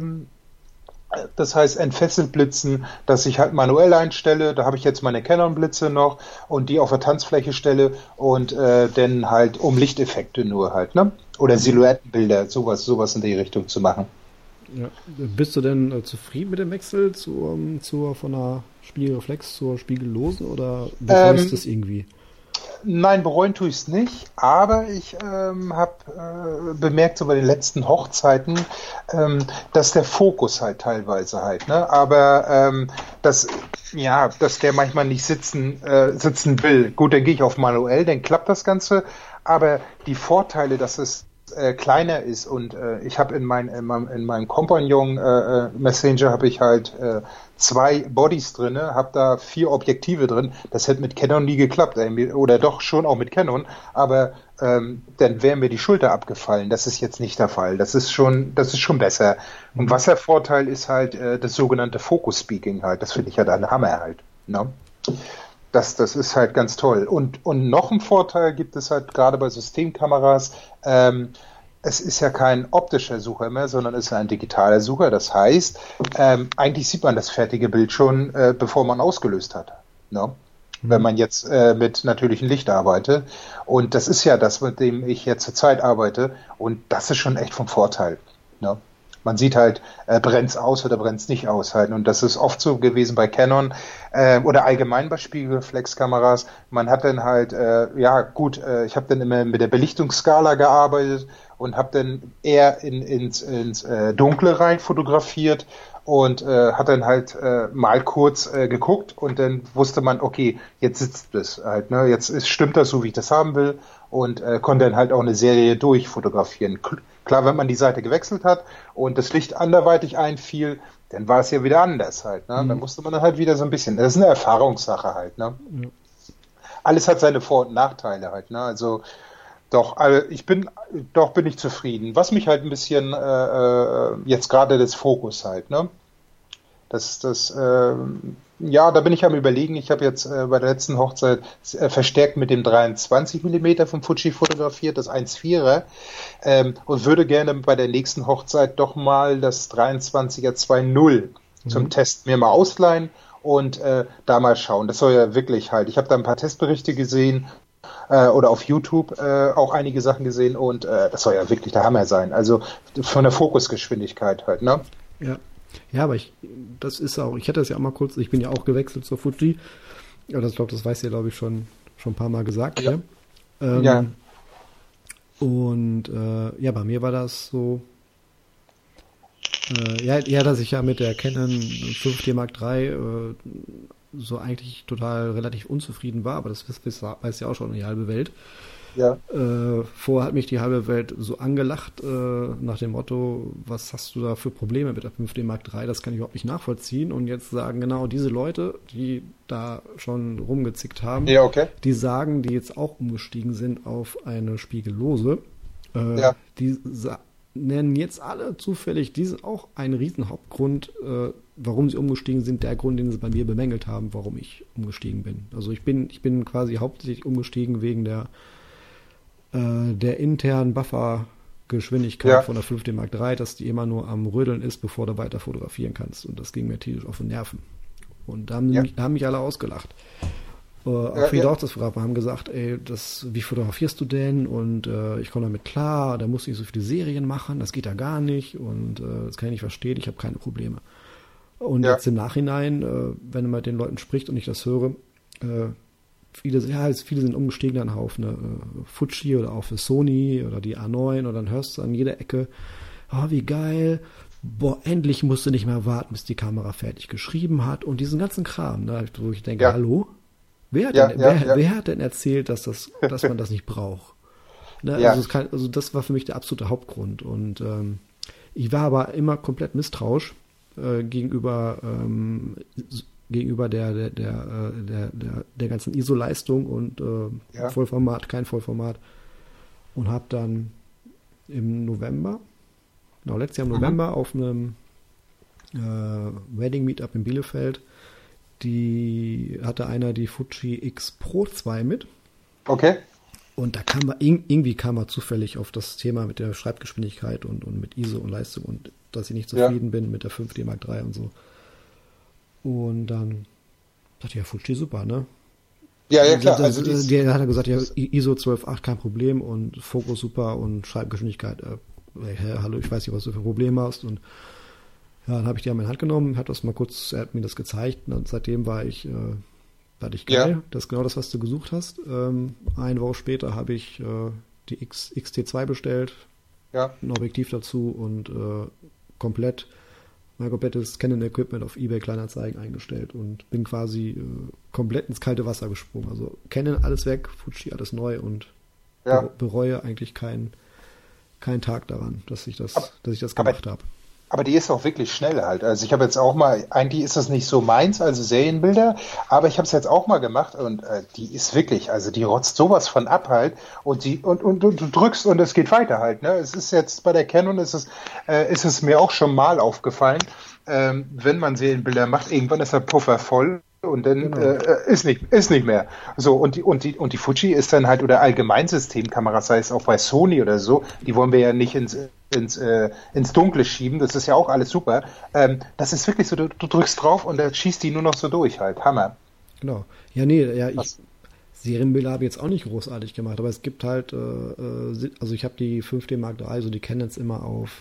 Speaker 3: das heißt entfesselt blitzen, dass ich halt manuell einstelle. Da habe ich jetzt meine Canon-Blitze noch und die auf der Tanzfläche stelle und dann halt um Lichteffekte nur halt, ne? Oder Silhouettenbilder, sowas in die Richtung zu machen.
Speaker 2: Ja. Bist du denn zufrieden mit dem Wechsel von der Spiegelreflex zur Spiegellosen oder bereust du es irgendwie?
Speaker 3: Nein, bereuen tue ich es nicht, aber ich habe bemerkt, so bei den letzten Hochzeiten, dass der Fokus halt teilweise halt, ne? Aber dass der manchmal nicht sitzen will. Gut, dann gehe ich auf manuell, dann klappt das Ganze, aber die Vorteile, dass es kleiner ist und ich habe in meinem Compagnon Messenger habe ich halt 2 Bodies drin, habe da 4 Objektive drin. Das hätte mit Canon nie geklappt, oder doch schon auch mit Canon, aber dann wäre mir die Schulter abgefallen. Das ist jetzt nicht der Fall. Das ist schon besser. Und was der Vorteil ist halt das sogenannte Focus Speaking halt. Das finde ich halt ein Hammer halt. Ne? Das ist halt ganz toll. Und noch ein Vorteil gibt es halt gerade bei Systemkameras. Es ist ja kein optischer Sucher mehr, sondern es ist ein digitaler Sucher. Das heißt, eigentlich sieht man das fertige Bild schon, bevor man ausgelöst hat. Ne? Wenn man jetzt mit natürlichem Licht arbeitet. Und das ist ja das, mit dem ich jetzt zurzeit arbeite. Und das ist schon echt vom Vorteil. Ne? Man sieht halt, brennt's aus oder brennt's nicht aus halt. Und das ist oft so gewesen bei Canon oder allgemein bei Spiegelreflexkameras. Man hat dann halt, ich habe dann immer mit der Belichtungsskala gearbeitet und habe dann eher ins Dunkle rein fotografiert und hat dann halt mal kurz geguckt und dann wusste man, okay, jetzt sitzt es halt, ne? Stimmt das so, wie ich das haben will und konnte dann halt auch eine Serie durchfotografieren. Klar, wenn man die Seite gewechselt hat und das Licht anderweitig einfiel, dann war es ja wieder anders halt, ne? Dann musste man dann halt wieder so ein bisschen, das ist eine Erfahrungssache halt, ne? Mhm. Alles hat seine Vor- und Nachteile halt, ne? Also bin ich zufrieden. Was mich halt ein bisschen jetzt gerade das Fokus halt, ne? Da bin ich am Überlegen. Ich habe jetzt bei der letzten Hochzeit verstärkt mit dem 23 mm vom Fuji fotografiert, das 1.4er, und würde gerne bei der nächsten Hochzeit doch mal das 23er 2.0 zum Test mir mal ausleihen und da mal schauen. Das soll ja wirklich halt, ich habe da ein paar Testberichte gesehen, oder auf YouTube auch einige Sachen gesehen und das soll ja wirklich der Hammer sein. Also von der Fokusgeschwindigkeit halt, ne?
Speaker 2: Ja. Ja, aber ich hatte das ja auch mal kurz, ich bin ja auch gewechselt zur Fuji. Ja, das weißt du ja, glaube ich, schon ein paar Mal gesagt.
Speaker 3: Ja.
Speaker 2: Ja. Und bei mir war das so, dass ich ja mit der Canon 5D Mark III so eigentlich relativ unzufrieden war, aber das weiß ja auch schon die halbe Welt.
Speaker 3: Ja.
Speaker 2: Vorher hat mich die halbe Welt so angelacht, nach dem Motto, was hast du da für Probleme mit der 5D Mark III, das kann ich überhaupt nicht nachvollziehen. Und jetzt sagen genau diese Leute, die da schon rumgezickt haben,
Speaker 3: ja, okay.
Speaker 2: Die sagen, die jetzt auch umgestiegen sind auf eine Spiegellose, die nennen jetzt alle zufällig diesen auch einen riesen Hauptgrund, warum sie umgestiegen sind, der Grund, den sie bei mir bemängelt haben, warum ich umgestiegen bin. Also ich bin quasi hauptsächlich umgestiegen wegen der internen Buffergeschwindigkeit von der 5D Mark III, dass die immer nur am Rödeln ist, bevor du weiter fotografieren kannst. Und das ging mir tierisch auf den Nerven. Und da haben mich alle ausgelacht. Auch viele auch das gefragt, haben gesagt, ey, wie fotografierst du denn? Und ich komme damit klar, da muss ich so viele Serien machen, das geht ja gar nicht und das kann ich nicht verstehen, ich habe keine Probleme. Und jetzt im Nachhinein, wenn man mit den Leuten spricht und ich das höre, viele sind umgestiegen dann auf eine Fuji oder auf eine Sony oder die A9 oder dann hörst du an jeder Ecke, oh, wie geil, boah, endlich musst du nicht mehr warten, bis die Kamera fertig geschrieben hat und diesen ganzen Kram, ne, wo ich denke, hallo? Wer hat denn erzählt, dass man das nicht braucht? Ne? Also das war für mich der absolute Hauptgrund. Und ich war aber immer komplett misstrauisch gegenüber der ganzen ISO-Leistung und Vollformat, kein Vollformat. Und habe dann im November, letztes Jahr im November auf einem Wedding-Meetup in Bielefeld, hatte einer die Fuji X Pro 2 mit.
Speaker 3: Okay.
Speaker 2: Und da irgendwie kam er zufällig auf das Thema mit der Schreibgeschwindigkeit und mit ISO und Leistung und dass ich nicht zufrieden bin mit der 5D Mark III und so. Und dann dachte ich, ja, Fuji super, ne?
Speaker 3: Ja, klar.
Speaker 2: Der hat gesagt, ja, ISO 12.8 kein Problem und Fokus super und Schreibgeschwindigkeit, hallo, ich weiß nicht, was du für Probleme hast und ja, dann habe ich die an meine Hand genommen, er hat mir das gezeigt und seitdem war ich geil. Ja. Das ist genau das, was du gesucht hast. Eine Woche später habe ich die XT2 bestellt, ein Objektiv dazu und mein komplettes Canon-Equipment auf eBay Kleinanzeigen eingestellt und bin quasi komplett ins kalte Wasser gesprungen. Also Canon alles weg, Fuji alles neu und bereue eigentlich keinen Tag daran, dass ich das gemacht habe.
Speaker 3: Aber die ist auch wirklich schnell halt. Also ich habe jetzt auch mal, eigentlich ist das nicht so meins, also Serienbilder, aber ich habe es jetzt auch mal gemacht und die ist wirklich, also die rotzt sowas von ab halt und du drückst und es geht weiter halt. Ne? Es ist jetzt bei der Canon ist es mir auch schon mal aufgefallen, wenn man Serienbilder macht, irgendwann ist der Puffer voll. Und dann ist nicht mehr. So, und die Fuji ist dann halt, oder Allgemeinsystemkameras, sei es auch bei Sony oder so, die wollen wir ja nicht ins Dunkle schieben, das ist ja auch alles super. Das ist wirklich so, du drückst drauf und dann schießt die nur noch so durch halt. Hammer.
Speaker 2: Genau. Serienbilder habe ich jetzt auch nicht großartig gemacht, aber es gibt halt, also ich habe die 5D Mark III, also die Canons immer auf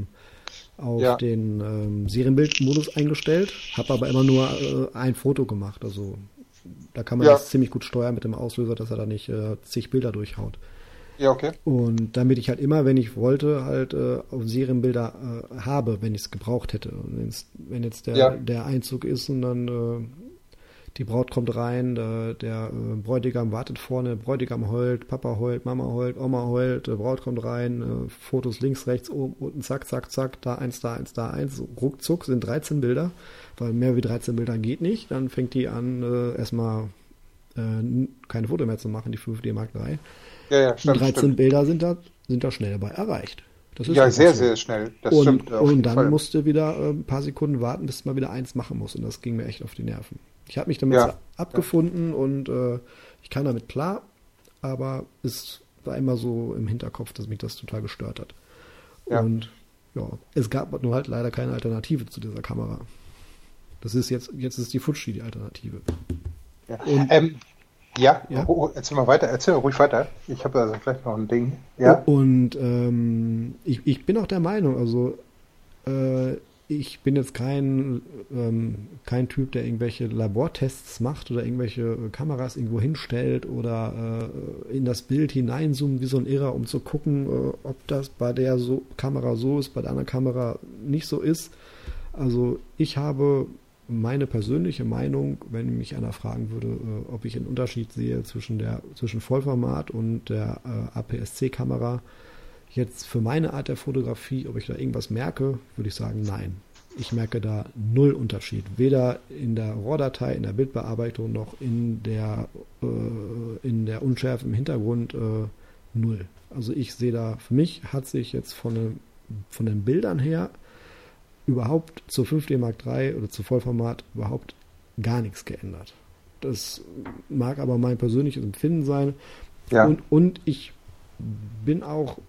Speaker 2: den Serienbildmodus eingestellt, habe aber immer nur ein Foto gemacht. Also da kann man das ziemlich gut steuern mit dem Auslöser, dass er da nicht zig Bilder durchhaut.
Speaker 3: Ja, okay.
Speaker 2: Und damit ich halt immer, wenn ich wollte, halt auf Serienbilder habe, wenn ich es gebraucht hätte. Und wenn jetzt der Einzug ist und dann die Braut kommt rein, der Bräutigam wartet vorne, Bräutigam heult, Papa heult, Mama heult, Oma heult, Braut kommt rein, Fotos links, rechts, oben, unten, zack, zack, zack, da eins, ruckzuck sind 13 Bilder, weil mehr wie 13 Bilder geht nicht, dann fängt die an, erstmal keine Foto mehr zu machen, die 5D Mark III.
Speaker 3: Stimmt,
Speaker 2: die 13 Bilder sind da schnell dabei erreicht. Das ist
Speaker 3: sehr,
Speaker 2: so.
Speaker 3: sehr schnell. Das
Speaker 2: stimmt.
Speaker 3: Auf jeden
Speaker 2: Und dann
Speaker 3: Fall.
Speaker 2: musste wieder ein paar Sekunden warten, bis man wieder eins machen muss. Und das ging mir echt auf die Nerven. Ich habe mich damit abgefunden und ich kam damit klar, aber es war immer so im Hinterkopf, dass mich das total gestört hat. Ja. Und es gab nur halt leider keine Alternative zu dieser Kamera. Das ist jetzt ist die Fuji die Alternative.
Speaker 3: Ja. Erzähl ruhig weiter. Ich habe also vielleicht noch ein Ding. Ja.
Speaker 2: Und ich bin auch der Meinung, also ich bin jetzt kein Typ, der irgendwelche Labortests macht oder irgendwelche Kameras irgendwo hinstellt oder in das Bild hineinzoomt wie so ein Irrer, um zu gucken, ob das bei der Kamera so ist, bei der anderen Kamera nicht so ist. Also ich habe meine persönliche Meinung, wenn mich einer fragen würde, ob ich einen Unterschied sehe zwischen Vollformat und der APS-C-Kamera, jetzt für meine Art der Fotografie, ob ich da irgendwas merke, würde ich sagen, nein. Ich merke da null Unterschied. Weder in der RAW-Datei, in der Bildbearbeitung, noch in der Unschärfe im Hintergrund null. Also ich sehe da, für mich hat sich jetzt von den Bildern her überhaupt zur 5D Mark III oder zu Vollformat überhaupt gar nichts geändert. Das mag aber mein persönliches Empfinden sein.
Speaker 3: Ja.
Speaker 2: Und ich bin auch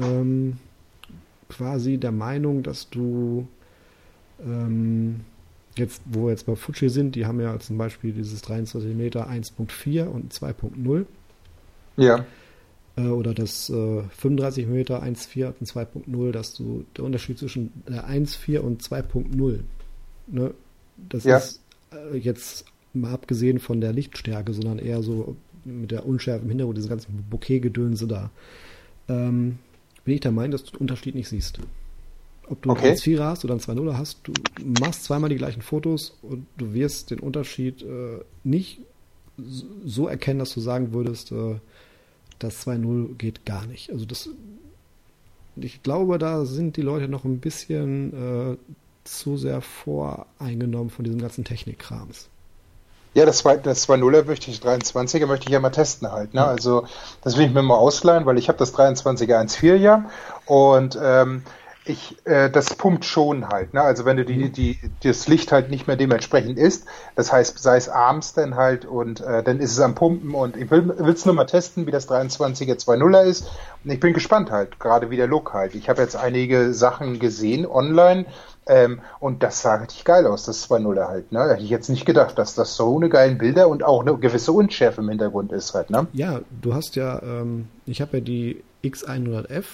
Speaker 2: quasi der Meinung, dass du Jetzt, wo wir jetzt bei Fuji sind, die haben ja zum Beispiel dieses 23 mm 1.4 und 2.0.
Speaker 3: Ja.
Speaker 2: Oder das 35 mm 1.4 und 2.0, dass du der Unterschied zwischen der 1.4 und 2.0, ne, das ist jetzt mal abgesehen von der Lichtstärke, sondern eher so mit der Unschärfe im Hintergrund, dieses ganzen Bokeh-Gedönse da, bin ich der Meinung, dass du den Unterschied nicht siehst. Ob du einen 1.4er hast oder einen 2.0er hast, du machst zweimal die gleichen Fotos und du wirst den Unterschied nicht so erkennen, dass du sagen würdest, das 2.0 geht gar nicht. Also ich glaube, da sind die Leute noch ein bisschen zu sehr voreingenommen von diesem ganzen Technikkrams.
Speaker 3: Ja, das 2.0er möchte ich, 23er möchte ich ja mal testen halt. Ne? Also das will ich mir mal ausleihen, weil ich habe das 23er 1.4 ja und das pumpt schon halt, ne? Also wenn du das Licht halt nicht mehr dementsprechend ist, das heißt, sei es abends dann halt und dann ist es am Pumpen und ich will es nur mal testen, wie das 23er 2.0er ist und ich bin gespannt halt, gerade wie der Look halt. Ich habe jetzt einige Sachen gesehen online und das sah richtig geil aus, das 2.0er halt, ne? Hätte ich jetzt nicht gedacht, dass das so eine geilen Bilder und auch eine gewisse Unschärfe im Hintergrund ist halt, ne?
Speaker 2: Ja, du hast ja, ich habe ja die X100F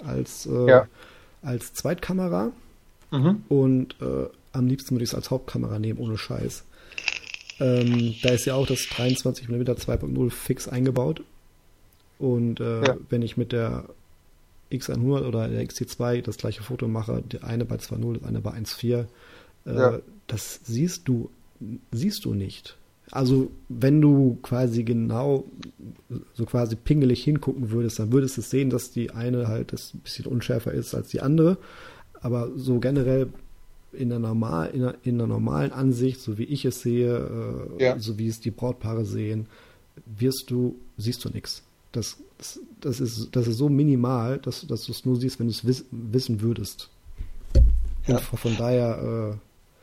Speaker 2: als Zweitkamera und am liebsten würde ich es als Hauptkamera nehmen, ohne Scheiß. Da ist ja auch das 23 mm 2.0 fix eingebaut und wenn ich mit der X100 oder der XT2 das gleiche Foto mache, der eine bei 2.0, das eine bei 1.4, das siehst du nicht. Also wenn du quasi genau so quasi pingelig hingucken würdest, dann würdest du sehen, dass die eine halt das ein bisschen unschärfer ist als die andere. Aber so generell in der normalen Ansicht, so wie ich es sehe, so wie es die Brautpaare sehen, siehst du nichts. Das ist so minimal, dass du es nur siehst, wenn du es wissen würdest. Und von daher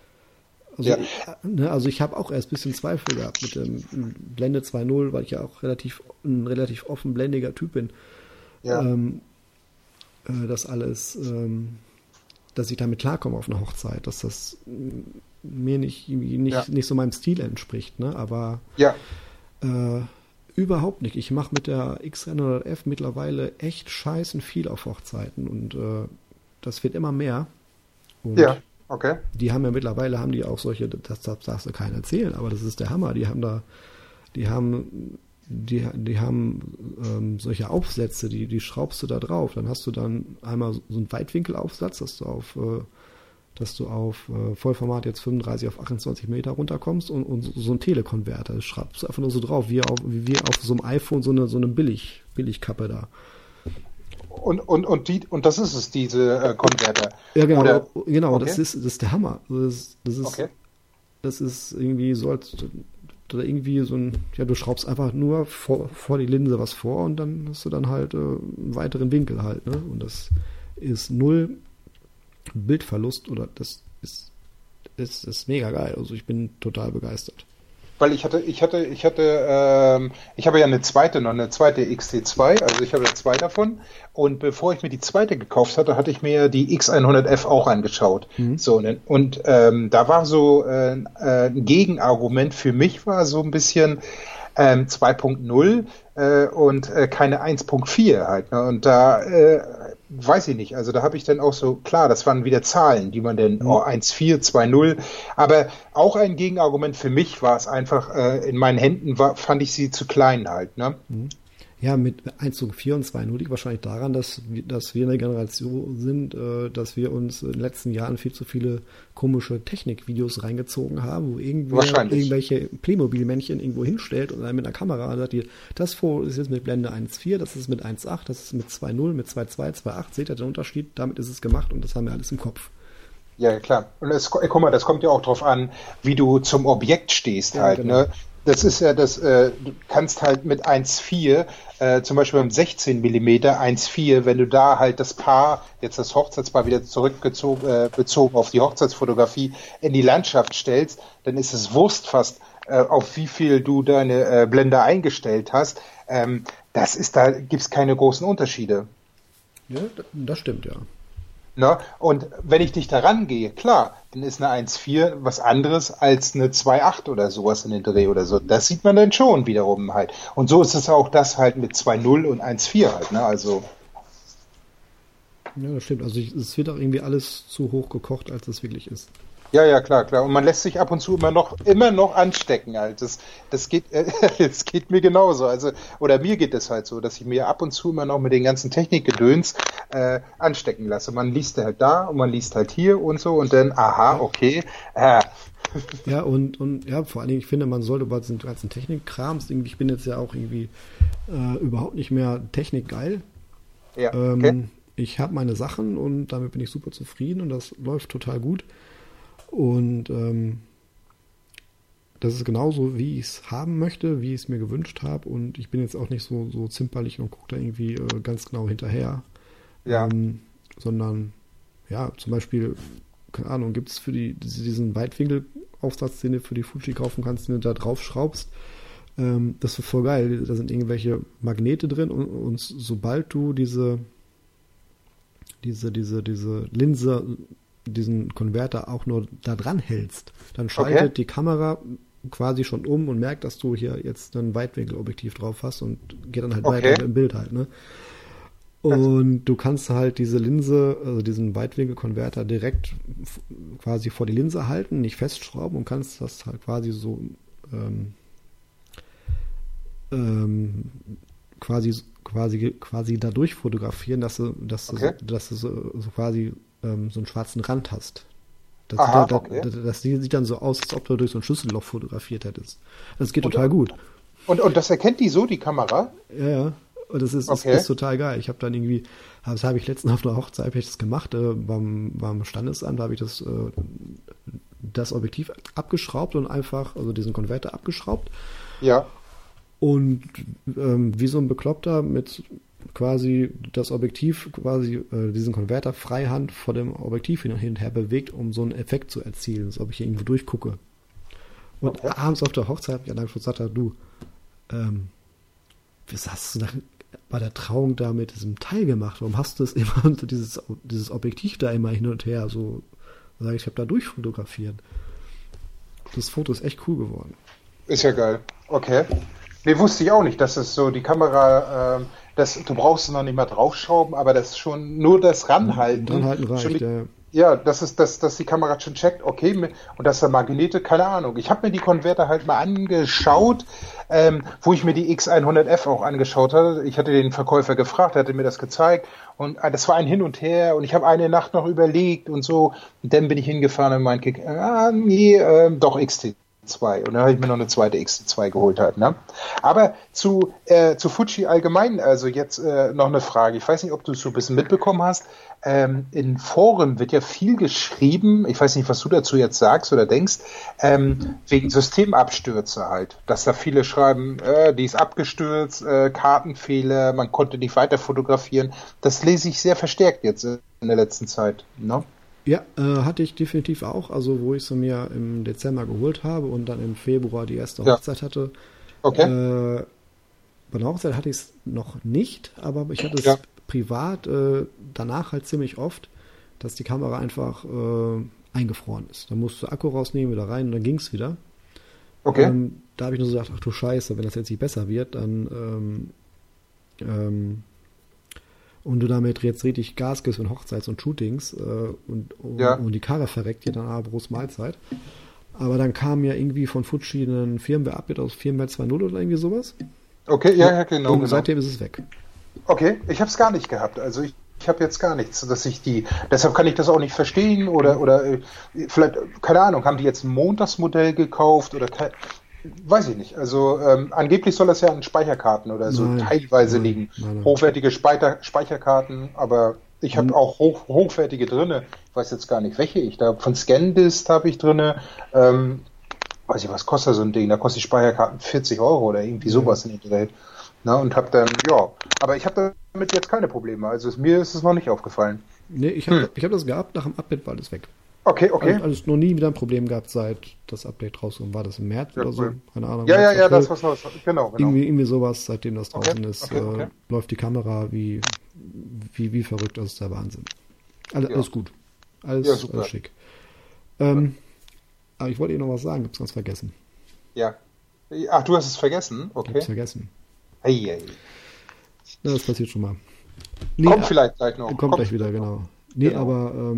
Speaker 2: also ich habe auch erst ein bisschen Zweifel gehabt mit dem Blende 2.0, weil ich ja auch ein relativ offenblendiger Typ bin. Ja. Das alles, dass ich damit klarkomme auf einer Hochzeit, dass das mir nicht so meinem Stil entspricht, ne? Aber überhaupt nicht. Ich mache mit der X100F mittlerweile echt scheißen viel auf Hochzeiten und das wird immer mehr. Und
Speaker 3: okay.
Speaker 2: Die haben ja mittlerweile auch solche, das darfst du keinen erzählen, aber das ist der Hammer. Die haben solche Aufsätze, die schraubst du da drauf. Dann hast du dann einmal so einen Weitwinkelaufsatz, dass du auf Vollformat jetzt 35 auf 28 Meter runterkommst und so einen Telekonverter. Das schraubst du einfach nur so drauf, wie auf so einem iPhone so eine Billigkappe da.
Speaker 3: Und das ist es, diese Konverter.
Speaker 2: Ja, genau.
Speaker 3: Oder,
Speaker 2: genau,
Speaker 3: okay.
Speaker 2: Das ist der Hammer. Das ist irgendwie so, als oder irgendwie so ein, du schraubst einfach nur vor die Linse was vor und dann hast du dann halt einen weiteren Winkel halt, ne? Und das ist null Bildverlust oder das ist mega geil. Also ich bin total begeistert.
Speaker 3: Weil ich habe ja eine zweite XT2, also ich habe ja zwei davon und bevor ich mir die zweite gekauft hatte, hatte ich mir die X100F auch angeschaut. So, und da war so ein Gegenargument für mich war so ein bisschen 2.0 und keine 1.4 halt. Ne? Und da weiß ich nicht, also da habe ich dann auch so, klar, das waren wieder Zahlen, die man dann 1.4, 2.0, aber auch ein Gegenargument für mich war es einfach, in meinen Händen fand ich sie zu klein halt, ne?
Speaker 2: Ja, mit 1.4 und 2.0 liegt wahrscheinlich daran, dass wir eine Generation sind, dass wir uns in den letzten Jahren viel zu viele komische Technikvideos reingezogen haben, wo irgendwelche Playmobil-Männchen irgendwo hinstellt und dann mit einer Kamera sagt, das Foto ist jetzt mit Blende 1.4, das ist mit 1.8, das ist mit 2.0, mit 2.2, 2.8, seht ihr den Unterschied? Damit ist es gemacht und das haben wir alles im Kopf.
Speaker 3: Ja, klar. Und guck mal, das kommt ja auch drauf an, wie du zum Objekt stehst halt, genau. Ne? Das ist ja du kannst halt mit 1.4, zum Beispiel beim 16 mm 1.4, wenn du da halt das Paar, jetzt das Hochzeitspaar wieder bezogen auf die Hochzeitsfotografie in die Landschaft stellst, dann ist es Wurst fast, auf wie viel du deine Blende eingestellt hast. Da gibt's keine großen Unterschiede.
Speaker 2: Ja, das stimmt, ja.
Speaker 3: Ne? Und wenn ich dich da rangehe, klar, dann ist eine 1,4 was anderes als eine 2,8 oder sowas in den Dreh oder so. Das sieht man dann schon wiederum halt. Und so ist es auch das halt mit 2,0 und 1,4 halt, ne? Also.
Speaker 2: Ja, das stimmt. Also es wird auch irgendwie alles zu hoch gekocht, als es wirklich ist.
Speaker 3: Ja, klar. Und man lässt sich ab und zu immer noch anstecken halt. Das geht, es geht mir genauso. Also, oder mir geht es halt so, dass ich mir ab und zu immer noch mit den ganzen Technikgedöns anstecken lasse. Man liest halt da und man liest halt hier und so und dann, aha, okay.
Speaker 2: Ja, und ja, vor allen Dingen, ich finde, man sollte bei diesen ganzen Technikkrams, ich bin jetzt ja auch irgendwie überhaupt nicht mehr technikgeil.
Speaker 3: Ja, okay.
Speaker 2: Ich habe meine Sachen und damit bin ich super zufrieden und das läuft total gut. Und das ist genauso, wie ich es haben möchte, wie ich es mir gewünscht habe. Und ich bin jetzt auch nicht so zimperlich und gucke da irgendwie ganz genau hinterher.
Speaker 3: Ja.
Speaker 2: Sondern, ja, zum Beispiel, keine Ahnung, gibt es für diesen Weitwinkelaufsatz, den du für die Fuji kaufen kannst, den du da drauf schraubst. Das ist voll geil. Da sind irgendwelche Magnete drin und sobald du diese Linse, diesen Konverter auch nur da dran hältst, dann schaltet die Kamera quasi schon um und merkt, dass du hier jetzt ein Weitwinkelobjektiv drauf hast und geht dann halt weiter im Bild halt, ne? Und du kannst halt diese Linse, also diesen Weitwinkelkonverter direkt quasi vor die Linse halten, nicht festschrauben und kannst das halt quasi so quasi dadurch fotografieren, dass du so quasi so einen schwarzen Rand hast. Das sieht dann so aus, als ob du durch so ein Schlüsselloch fotografiert hättest. Das geht total gut.
Speaker 3: Und das erkennt die Kamera?
Speaker 2: Ja. Und das ist total geil. Ich habe dann irgendwie, das habe ich letztens auf einer Hochzeit das gemacht, beim Standesamt, da habe ich das Objektiv abgeschraubt und einfach, also diesen Konverter abgeschraubt.
Speaker 3: Ja.
Speaker 2: Und wie so ein Bekloppter mit quasi das Objektiv, diesen Konverter freihand vor dem Objektiv hin und her bewegt, um so einen Effekt zu erzielen, als ob ich irgendwo durchgucke. Und abends auf der Hochzeit habe ich dann gesagt, du, was hast du bei der Trauung da mit diesem Teil gemacht? Warum hast du das immer, dieses Objektiv da immer hin und her? So, sage ich habe da durchfotografiert. Das Foto ist echt cool geworden.
Speaker 3: Ist ja geil. Okay. Nee, wusste ich auch nicht, dass es so die Kamera, du brauchst es noch nicht mal draufschrauben, aber das schon nur das Ranhalten.
Speaker 2: Ranhalten reicht,
Speaker 3: ja, dass die Kamera schon checkt, okay, und dass da Magnete, keine Ahnung. Ich habe mir die Konverter halt mal angeschaut, wo ich mir die X100F auch angeschaut hatte. Ich hatte den Verkäufer gefragt, er hatte mir das gezeigt und das war ein Hin und Her und ich habe eine Nacht noch überlegt und so. Und dann bin ich hingefahren und meinte, doch XT2. Und dann habe ich mir noch eine zweite XT2 geholt halt, ne? Aber zu Fuji allgemein, also jetzt noch eine Frage. Ich weiß nicht, ob du es so ein bisschen mitbekommen hast. In Foren wird ja viel geschrieben, ich weiß nicht, was du dazu jetzt sagst oder denkst, wegen Systemabstürze halt. Dass da viele schreiben, die ist abgestürzt, Kartenfehler, man konnte nicht weiter fotografieren. Das lese ich sehr verstärkt jetzt in der letzten Zeit, ne?
Speaker 2: Ja, hatte ich definitiv auch. Also wo ich sie mir im Dezember geholt habe und dann im Februar die erste Hochzeit hatte.
Speaker 3: Okay.
Speaker 2: Bei der Hochzeit hatte ich es noch nicht, aber ich hatte es privat danach halt ziemlich oft, dass die Kamera einfach eingefroren ist. Da musst du Akku rausnehmen, wieder rein und dann ging es wieder.
Speaker 3: Okay.
Speaker 2: Da habe ich nur so gedacht, ach du Scheiße, wenn das jetzt nicht besser wird, dann und du damit jetzt richtig Gas gibst in Hochzeits- und Shootings und die Karre verreckt dir dann aber groß Mahlzeit. Aber dann kam ja irgendwie von Fuji ein Firmware-Update aus Firmware 2.0 oder irgendwie sowas.
Speaker 3: Okay, ja, genau.
Speaker 2: Und seitdem ist es weg.
Speaker 3: Okay, ich habe es gar nicht gehabt. Also ich habe jetzt gar nichts, deshalb kann ich das auch nicht verstehen oder vielleicht, keine Ahnung, haben die jetzt ein Montagsmodell gekauft oder weiß ich nicht. Also angeblich soll das ja an Speicherkarten oder so teilweise liegen. Nein. Hochwertige Speicherkarten, aber ich habe auch hochwertige drinne. Ich weiß jetzt gar nicht, welche ich da. Von ScanDist habe ich drinne. Weiß ich, was kostet so ein Ding? Da kostet die Speicherkarten 40 Euro oder irgendwie sowas in der Welt. Na, und habe dann, aber ich habe damit jetzt keine Probleme. Also mir ist es noch nicht aufgefallen.
Speaker 2: Nee, ich hab das gehabt, nach dem Update war alles weg.
Speaker 3: Okay.
Speaker 2: Also noch nie wieder ein Problem gehabt, seit das Update rauskommt. War das im März oder so? Keine Ahnung.
Speaker 3: Ja, das was Neues. Genau.
Speaker 2: Irgendwie sowas, seitdem das draußen ist, läuft die Kamera wie verrückt, das ist der Wahnsinn. Alles gut. Alles,
Speaker 3: Ja, super.
Speaker 2: alles schick. Aber ich wollte Ihnen noch was sagen, hab's ganz vergessen.
Speaker 3: Ja. Ach, du hast es vergessen?
Speaker 2: Ich
Speaker 3: Okay.
Speaker 2: hab's vergessen.
Speaker 3: Ei.
Speaker 2: Na, das passiert schon mal. Nee,
Speaker 3: Kommt vielleicht gleich noch.
Speaker 2: Kommt gleich wieder, genau. Nee,
Speaker 3: Genau.
Speaker 2: aber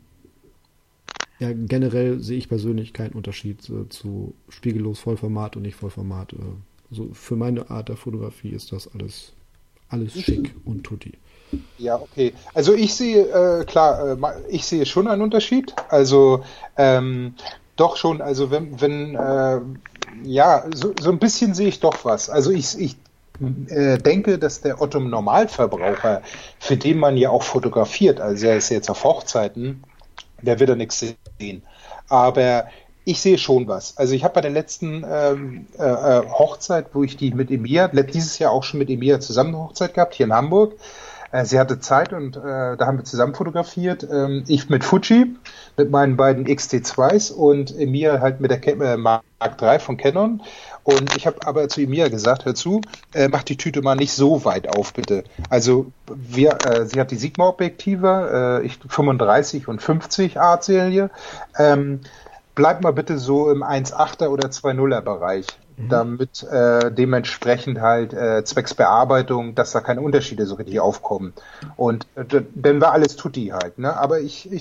Speaker 2: ja, generell sehe ich persönlich keinen Unterschied zu spiegellos Vollformat und nicht Vollformat. So für meine Art der Fotografie ist das alles schick und tutti.
Speaker 3: Ja, okay. Also ich sehe, ich sehe schon einen Unterschied. Also doch schon, also wenn ja, so ein bisschen sehe ich doch was. Also ich denke, dass der Otto Normalverbraucher, für den man ja auch fotografiert, also er ist jetzt auf Hochzeiten, der wird da nichts sehen. Aber ich sehe schon was. Also ich habe bei der letzten Hochzeit, wo ich die mit Emilia, dieses Jahr auch schon mit Emilia zusammen eine Hochzeit gehabt, hier in Hamburg. Sie hatte Zeit und da haben wir zusammen fotografiert. Ich mit Fuji, mit meinen beiden XT2s und Emilia halt mit der Mark III von Canon. Und ich habe aber zu Emilia gesagt, hör zu, mach die Tüte mal nicht so weit auf, bitte. Also sie hat die Sigma-Objektive, 35 und 50 Art-Serie. Bleib mal bitte so im 1,8er oder 2,0er Bereich, damit dementsprechend halt zwecks Bearbeitung, dass da keine Unterschiede so richtig aufkommen. Und dann war alles tutti halt, ne? Aber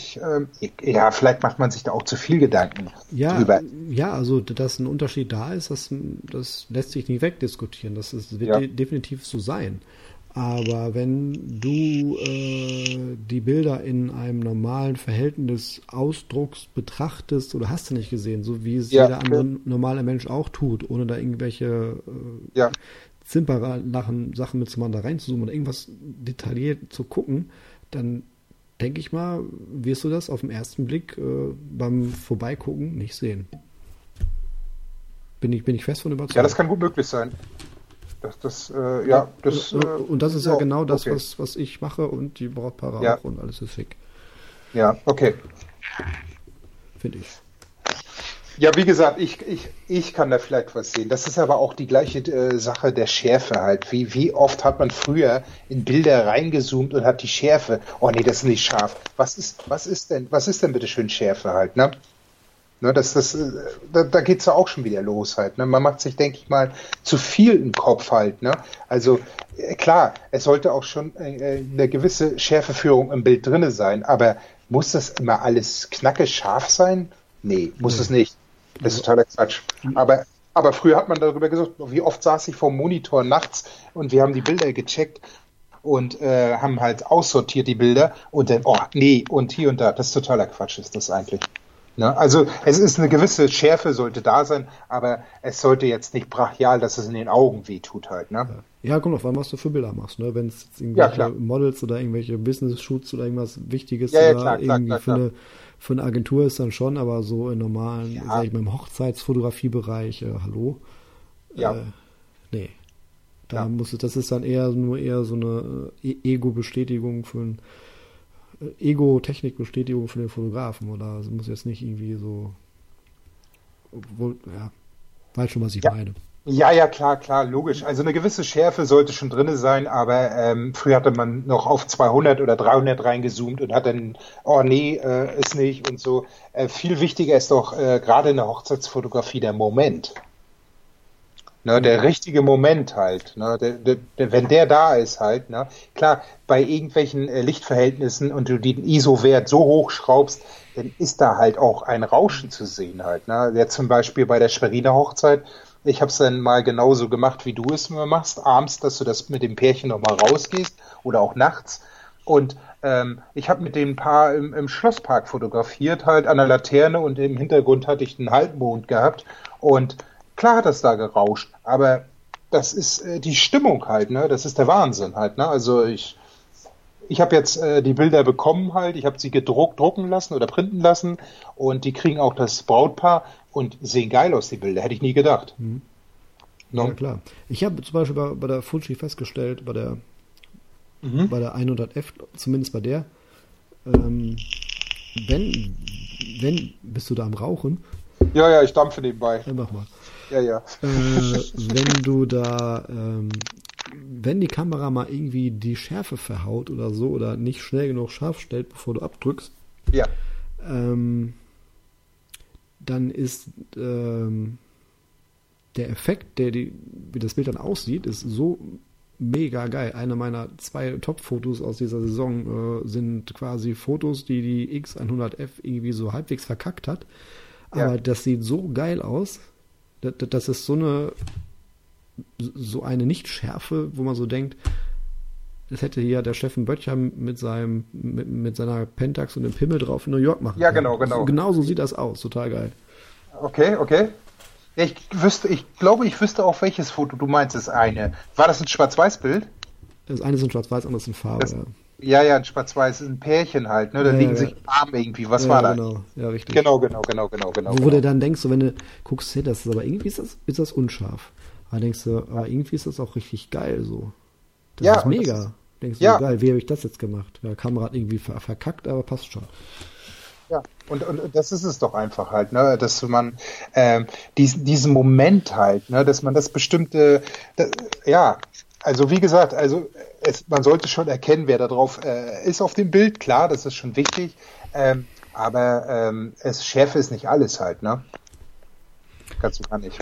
Speaker 3: ja, vielleicht macht man sich da auch zu viel Gedanken drüber.
Speaker 2: Ja, also dass ein Unterschied da ist, das lässt sich nicht wegdiskutieren. Das wird definitiv so sein. Aber wenn du die Bilder in einem normalen Verhältnis Ausdrucks betrachtest, oder hast du nicht gesehen, so wie es jeder andere normale Mensch auch tut, ohne da irgendwelche Zimperlachen Sachen miteinander reinzuzoomen oder irgendwas detailliert zu gucken, dann denke ich mal, wirst du das auf den ersten Blick beim Vorbeigucken nicht sehen. Bin ich fest von überzeugt.
Speaker 3: Ja, das kann gut möglich sein.
Speaker 2: Und das ist ja genau das, was ich mache und die Brautpaare auch und alles ist schick.
Speaker 3: Ja, okay.
Speaker 2: Finde ich.
Speaker 3: Ja, wie gesagt, ich kann da vielleicht was sehen. Das ist aber auch die gleiche Sache der Schärfe halt. Wie oft hat man früher in Bilder reingezoomt und hat die Schärfe, oh nee, das ist nicht scharf. Was ist denn bitte schön Schärfe halt, ne? Ne, da geht's ja auch schon wieder los halt. Ne? Man macht sich, denke ich mal, zu viel im Kopf halt. Ne? Also klar, es sollte auch schon eine gewisse Schärfeführung im Bild drinne sein, aber muss das immer alles knacke scharf sein? Nee, muss es nicht. Das ist totaler Quatsch. Aber früher hat man darüber gesagt, wie oft saß ich vor dem Monitor nachts und wir haben die Bilder gecheckt und haben halt aussortiert die Bilder und dann, oh nee, und hier und da. Das ist totaler Quatsch, ist das eigentlich. Ne? Also es ist eine gewisse Schärfe, sollte da sein, aber es sollte jetzt nicht brachial, dass es in den Augen wehtut halt. Ne?
Speaker 2: Ja, kommt auf an, was du für Bilder machst. Ne? Wenn es irgendwelche Models oder irgendwelche Business-Shoots oder irgendwas Wichtiges oder irgendwie für eine Agentur ist dann schon, aber so in normalen, sag ich mal, im Hochzeitsfotografiebereich, hallo?
Speaker 3: Ja.
Speaker 2: Nee. Das ist dann eher so eine Ego-Bestätigung für ein Ego-Technik-Bestätigung für den Fotografen, oder es muss jetzt nicht irgendwie so, obwohl, weiß schon, was ich meine.
Speaker 3: Ja, klar, logisch. Also eine gewisse Schärfe sollte schon drin sein, aber früher hatte man noch auf 200 oder 300 reingezoomt und hat dann, oh nee, ist nicht und so. Viel wichtiger ist doch gerade in der Hochzeitsfotografie der Moment. Ne, der richtige Moment halt, ne, wenn der da ist halt, ne, klar, bei irgendwelchen Lichtverhältnissen und du den ISO-Wert so hoch schraubst, dann ist da halt auch ein Rauschen zu sehen halt, ne, jetzt zum Beispiel bei der Schweriner Hochzeit, ich habe es dann mal genauso gemacht, wie du es immer machst, abends, dass du das mit dem Pärchen nochmal rausgehst oder auch nachts und ich habe mit dem Paar im Schlosspark fotografiert, halt an der Laterne und im Hintergrund hatte ich den Halbmond gehabt und klar hat das da gerauscht, aber das ist die Stimmung halt, ne? Das ist der Wahnsinn halt, ne? Also ich habe jetzt die Bilder bekommen halt, ich habe sie drucken lassen oder printen lassen und die kriegen auch das Brautpaar und sehen geil aus, die Bilder, hätte ich nie gedacht.
Speaker 2: Mhm. No? Ja, klar. Ich habe zum Beispiel bei der Fuji festgestellt, bei der 100F, zumindest bei der, wenn bist du da am Rauchen?
Speaker 3: Ja, ich dampfe nebenbei.
Speaker 2: Dann mach mal.
Speaker 3: Ja.
Speaker 2: Wenn du da wenn die Kamera mal irgendwie die Schärfe verhaut oder so oder nicht schnell genug scharf stellt, bevor du abdrückst,
Speaker 3: Ja.
Speaker 2: dann ist der Effekt, wie das Bild dann aussieht, ist so mega geil. Eine meiner 2 Top-Fotos aus dieser Saison sind quasi Fotos, die X100F irgendwie so halbwegs verkackt hat. Aber das sieht so geil aus. Das ist so eine Nichtschärfe, wo man so denkt, das hätte hier der Steffen Böttcher mit seiner Pentax und dem Pimmel drauf in New York machen können.
Speaker 3: Genau.
Speaker 2: Genau so sieht das aus. Total geil.
Speaker 3: Okay. Ja, ich glaube, ich wüsste auch, welches Foto du meinst, das eine. War das ein Schwarz-Weiß-Bild?
Speaker 2: Das eine ist in Schwarz-Weiß, andere ist in Farbe.
Speaker 3: Ja, ein Schwarz-Weiß, ein Pärchen halt, ne? Da liegen sich Arm irgendwie. Was war das?
Speaker 2: Genau, ja, richtig.
Speaker 3: Genau.
Speaker 2: Wo du dann denkst, so, wenn du guckst, hey, das ist aber irgendwie ist das unscharf. Aber denkst du, aber irgendwie ist das auch richtig geil so. Das ist mega. Denkst du, geil, wie habe ich das jetzt gemacht? Ja, Kamera hat irgendwie verkackt, aber passt schon.
Speaker 3: Ja, und das ist es doch einfach halt, ne, dass man diesen Moment halt, ne, dass man das bestimmte, also wie gesagt, man sollte schon erkennen, wer da drauf ist auf dem Bild, klar, das ist schon wichtig, aber Schärfe ist nicht alles halt, ne? Ganz und gar nicht.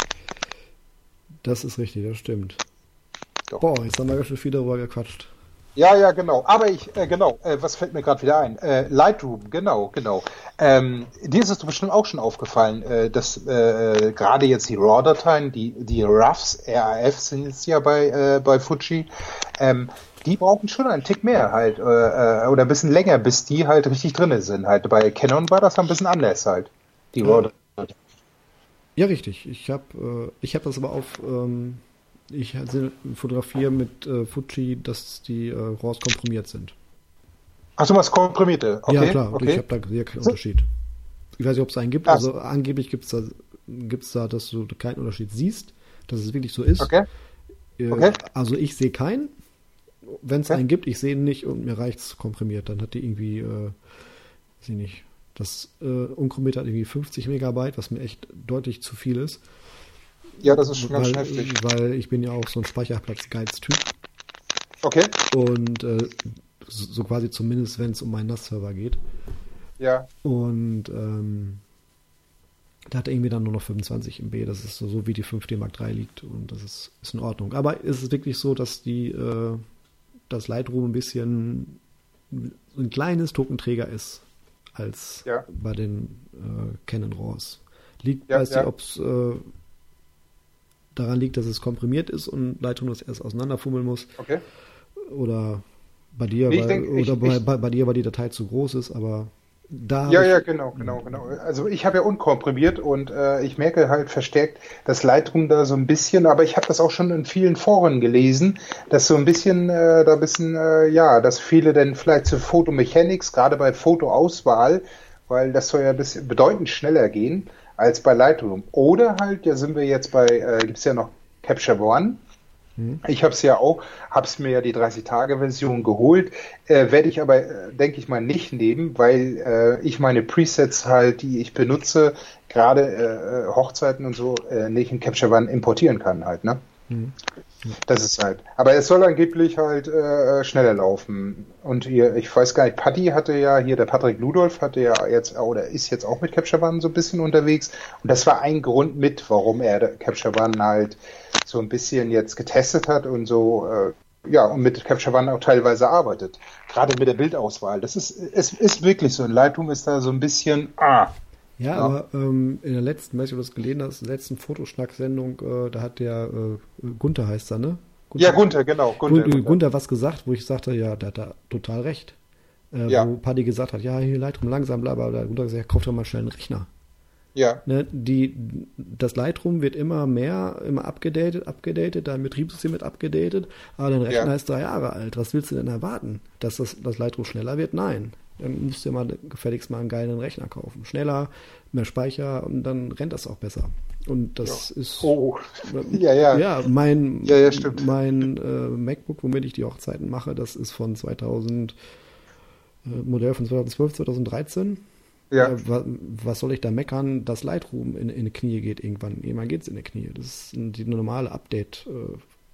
Speaker 2: Das ist richtig, das stimmt.
Speaker 3: Doch.
Speaker 2: Boah, jetzt haben wir ganz schön viel darüber gequatscht.
Speaker 3: Ja, genau. Aber was fällt mir gerade wieder ein? Lightroom, genau. Dir ist es bestimmt auch schon aufgefallen, dass gerade jetzt die RAW-Dateien, die RAWs, RAF sind jetzt ja bei Fuji, die brauchen schon einen Tick mehr halt, oder ein bisschen länger, bis die halt richtig drin sind. Halt bei Canon war das ein bisschen anders halt, die RAW-Dateien.
Speaker 2: Ja, richtig. Ich hab das aber ich fotografiere mit Fuji, dass die RAWs komprimiert sind.
Speaker 3: Ach, du machst komprimierte? Okay,
Speaker 2: ja, klar. Okay. Ich habe da sehr keinen Unterschied. Ich weiß nicht, ob es einen gibt. Also angeblich gibt's da, dass du keinen Unterschied siehst, dass es wirklich so ist.
Speaker 3: Okay.
Speaker 2: Also ich sehe keinen. Wenn es einen gibt, ich sehe ihn nicht und mir reicht's komprimiert. Dann hat die irgendwie, weiß ich nicht, das unkomprimiert hat irgendwie 50 Megabyte, was mir echt deutlich zu viel ist.
Speaker 3: Ja, das ist schon ganz heftig.
Speaker 2: Weil ich bin ja auch so ein Speicherplatz-Geiz-Typ.
Speaker 3: Okay.
Speaker 2: Und so quasi zumindest, wenn es um meinen NAS-Server geht.
Speaker 3: Ja.
Speaker 2: Und da hat er irgendwie dann nur noch 25 MB. Das ist so wie die 5D Mark III liegt. Und das ist in Ordnung. Aber ist es wirklich so, dass das Lightroom ein bisschen ein kleines Tokenträger ist als bei den Canon RAWs. Weiß nicht, ob es daran liegt, dass es komprimiert ist und Lightroom das erst auseinanderfummeln muss. Okay. Oder bei dir, bei dir, weil die Datei zu groß ist, aber da.
Speaker 3: Ja, genau. Also ich habe ja unkomprimiert und ich merke halt verstärkt, dass Lightroom da so ein bisschen, aber ich habe das auch schon in vielen Foren gelesen, dass so ein bisschen, dass viele dann vielleicht zu Photomechanics, gerade bei Fotoauswahl, weil das soll ja bedeutend schneller gehen als bei Lightroom. Oder halt, sind wir jetzt bei, gibt's ja noch Capture One. Ich hab's mir ja die 30-Tage-Version geholt, werde ich aber, denke ich mal, nicht nehmen, weil ich meine Presets halt, die ich benutze, gerade Hochzeiten und so, nicht in Capture One importieren kann halt, ne? Das ist halt. Aber es soll angeblich halt schneller laufen. Und hier, ich weiß gar nicht, der Patrick Ludolf hatte ja jetzt, oder ist jetzt auch mit Capture One so ein bisschen unterwegs. Und das war ein Grund mit, warum er Capture One halt so ein bisschen jetzt getestet hat und so, und mit Capture One auch teilweise arbeitet. Gerade mit der Bildauswahl. Es ist wirklich so. In Lightroom ist da so ein bisschen,
Speaker 2: Ja, aber in der letzten, weiß ich, ob du das gelesen hast, in der letzten Fotoschnack-Sendung, da hat der Gunther heißt er, ne?
Speaker 3: Gunther, genau.
Speaker 2: Gunther was gesagt, wo ich sagte, ja, der hat da total recht. Wo Paddy gesagt hat, ja, hier Lightroom langsam, bla bla bla. Gunther hat gesagt, kauf doch mal schnell einen Rechner.
Speaker 3: Ja.
Speaker 2: Ne, das Lightroom wird immer abgedatet, dein Betriebssystem wird abgedatet, aber dein Rechner ist 3 Jahre alt. Was willst du denn erwarten? Dass das Lightroom schneller wird? Nein. Dann musst du mal gefälligst mal einen geilen Rechner kaufen. Schneller, mehr Speicher und dann rennt das auch besser. Und das ist mein MacBook, womit ich die Hochzeiten mache, das ist von Modell von 2012, 2013.
Speaker 3: Ja.
Speaker 2: Was soll ich da meckern, dass Lightroom in die Knie geht irgendwann? Irgendwann geht es in die Knie. Das ist die normale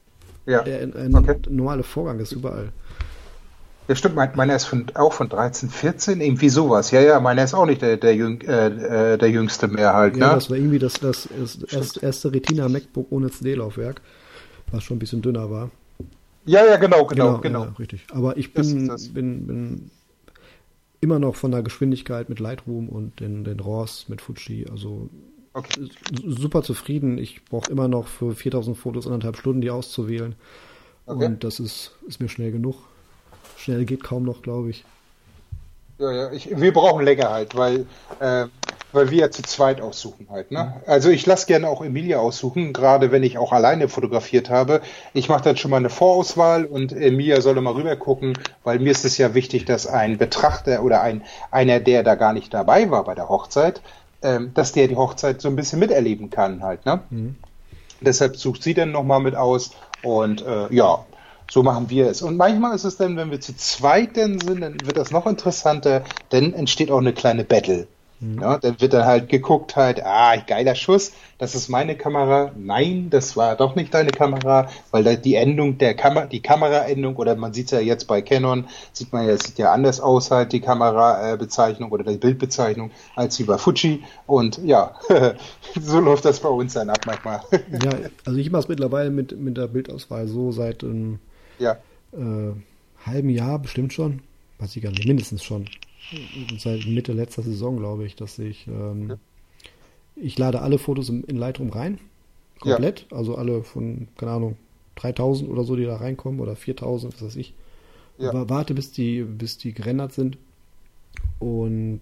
Speaker 3: Ja.
Speaker 2: Der
Speaker 3: Okay.
Speaker 2: normale Vorgang ist überall.
Speaker 3: Ja, stimmt, meiner ist auch von 13, 14, irgendwie sowas. Ja, meiner ist auch nicht der Jüngste mehr halt,
Speaker 2: Ja,
Speaker 3: ne?
Speaker 2: das war irgendwie das erste Retina MacBook ohne CD-Laufwerk, was schon ein bisschen dünner war.
Speaker 3: Ja, genau.
Speaker 2: Ja, richtig. Aber ich
Speaker 3: Das
Speaker 2: bin,
Speaker 3: ist das.
Speaker 2: bin immer noch von der Geschwindigkeit mit Lightroom und den RAWs mit Fuji, also
Speaker 3: Okay.
Speaker 2: super zufrieden. Ich brauche immer noch für 4000 Fotos 1,5 Stunden, die auszuwählen.
Speaker 3: Okay.
Speaker 2: Und das ist mir schnell genug. Schnell geht kaum noch, glaube ich.
Speaker 3: Ja, wir brauchen länger halt, weil wir ja zu zweit aussuchen halt, ne? Also ich lasse gerne auch Emilia aussuchen, gerade wenn ich auch alleine fotografiert habe. Ich mache dann schon mal eine Vorauswahl und Emilia soll mal rüber gucken, weil mir ist es ja wichtig, dass ein Betrachter oder einer, der da gar nicht dabei war bei der Hochzeit, dass der die Hochzeit so ein bisschen miterleben kann halt, ne? Deshalb sucht sie dann nochmal mit aus und ja, so machen wir es. Und manchmal ist es dann, wenn wir zu zweit dann sind, dann wird das noch interessanter, dann entsteht auch eine kleine Battle. Ja, dann wird dann halt geguckt halt, geiler Schuss, das ist meine Kamera. Nein, das war doch nicht deine Kamera, weil da die Endung die Kameraendung, oder man sieht es ja jetzt bei Canon, sieht ja anders aus halt, die Kamerabezeichnung oder die Bildbezeichnung, als wie bei Fuji. Und ja, so läuft das bei uns dann ab manchmal.
Speaker 2: Ja, also ich mache es mittlerweile mit der Bildauswahl so seit einem
Speaker 3: Ja,
Speaker 2: halben Jahr bestimmt schon, weiß ich gar nicht, mindestens schon. Seit Mitte letzter Saison, glaube ich, dass ich lade alle Fotos in Lightroom rein, komplett, also alle von, keine Ahnung, 3000 oder so, die da reinkommen, oder 4000, was weiß ich.
Speaker 3: Ja.
Speaker 2: Warte, bis die gerendert sind und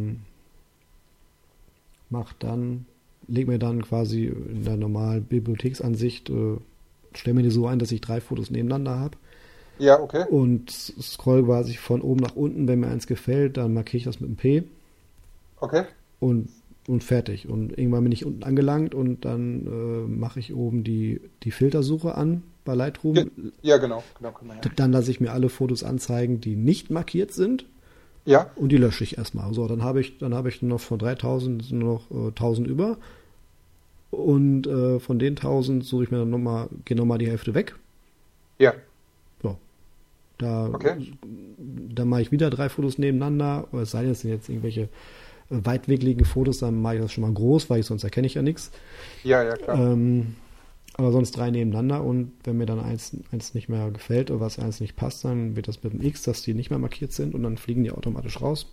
Speaker 2: leg mir dann quasi in der normalen Bibliotheksansicht, stelle mir die so ein, dass ich 3 Fotos nebeneinander habe.
Speaker 3: ja, okay.
Speaker 2: Und scroll quasi von oben nach unten. Wenn mir eins gefällt, dann markiere ich das mit einem P
Speaker 3: Okay.
Speaker 2: und fertig. Und irgendwann bin ich unten angelangt und dann mache ich oben die Filtersuche an bei Lightroom.
Speaker 3: Ja, genau, kann man ja.
Speaker 2: Dann lasse ich mir alle Fotos anzeigen, die nicht markiert sind,
Speaker 3: Ja,
Speaker 2: und die lösche ich erstmal. So, dann habe ich noch von 3000 nur noch 1000 über. Und von den 1000 suche ich mir dann gehe nochmal die Hälfte weg.
Speaker 3: ja,
Speaker 2: So. Da mache ich wieder 3 Fotos nebeneinander. Oder es sei denn, es sind jetzt irgendwelche weitwinkligen Fotos, dann mache ich das schon mal groß, weil sonst erkenne ich ja nichts.
Speaker 3: ja, klar.
Speaker 2: Aber sonst 3 nebeneinander, und wenn mir dann eins nicht mehr gefällt oder was eins nicht passt, dann wird das mit dem X, dass die nicht mehr markiert sind, und dann fliegen die automatisch raus.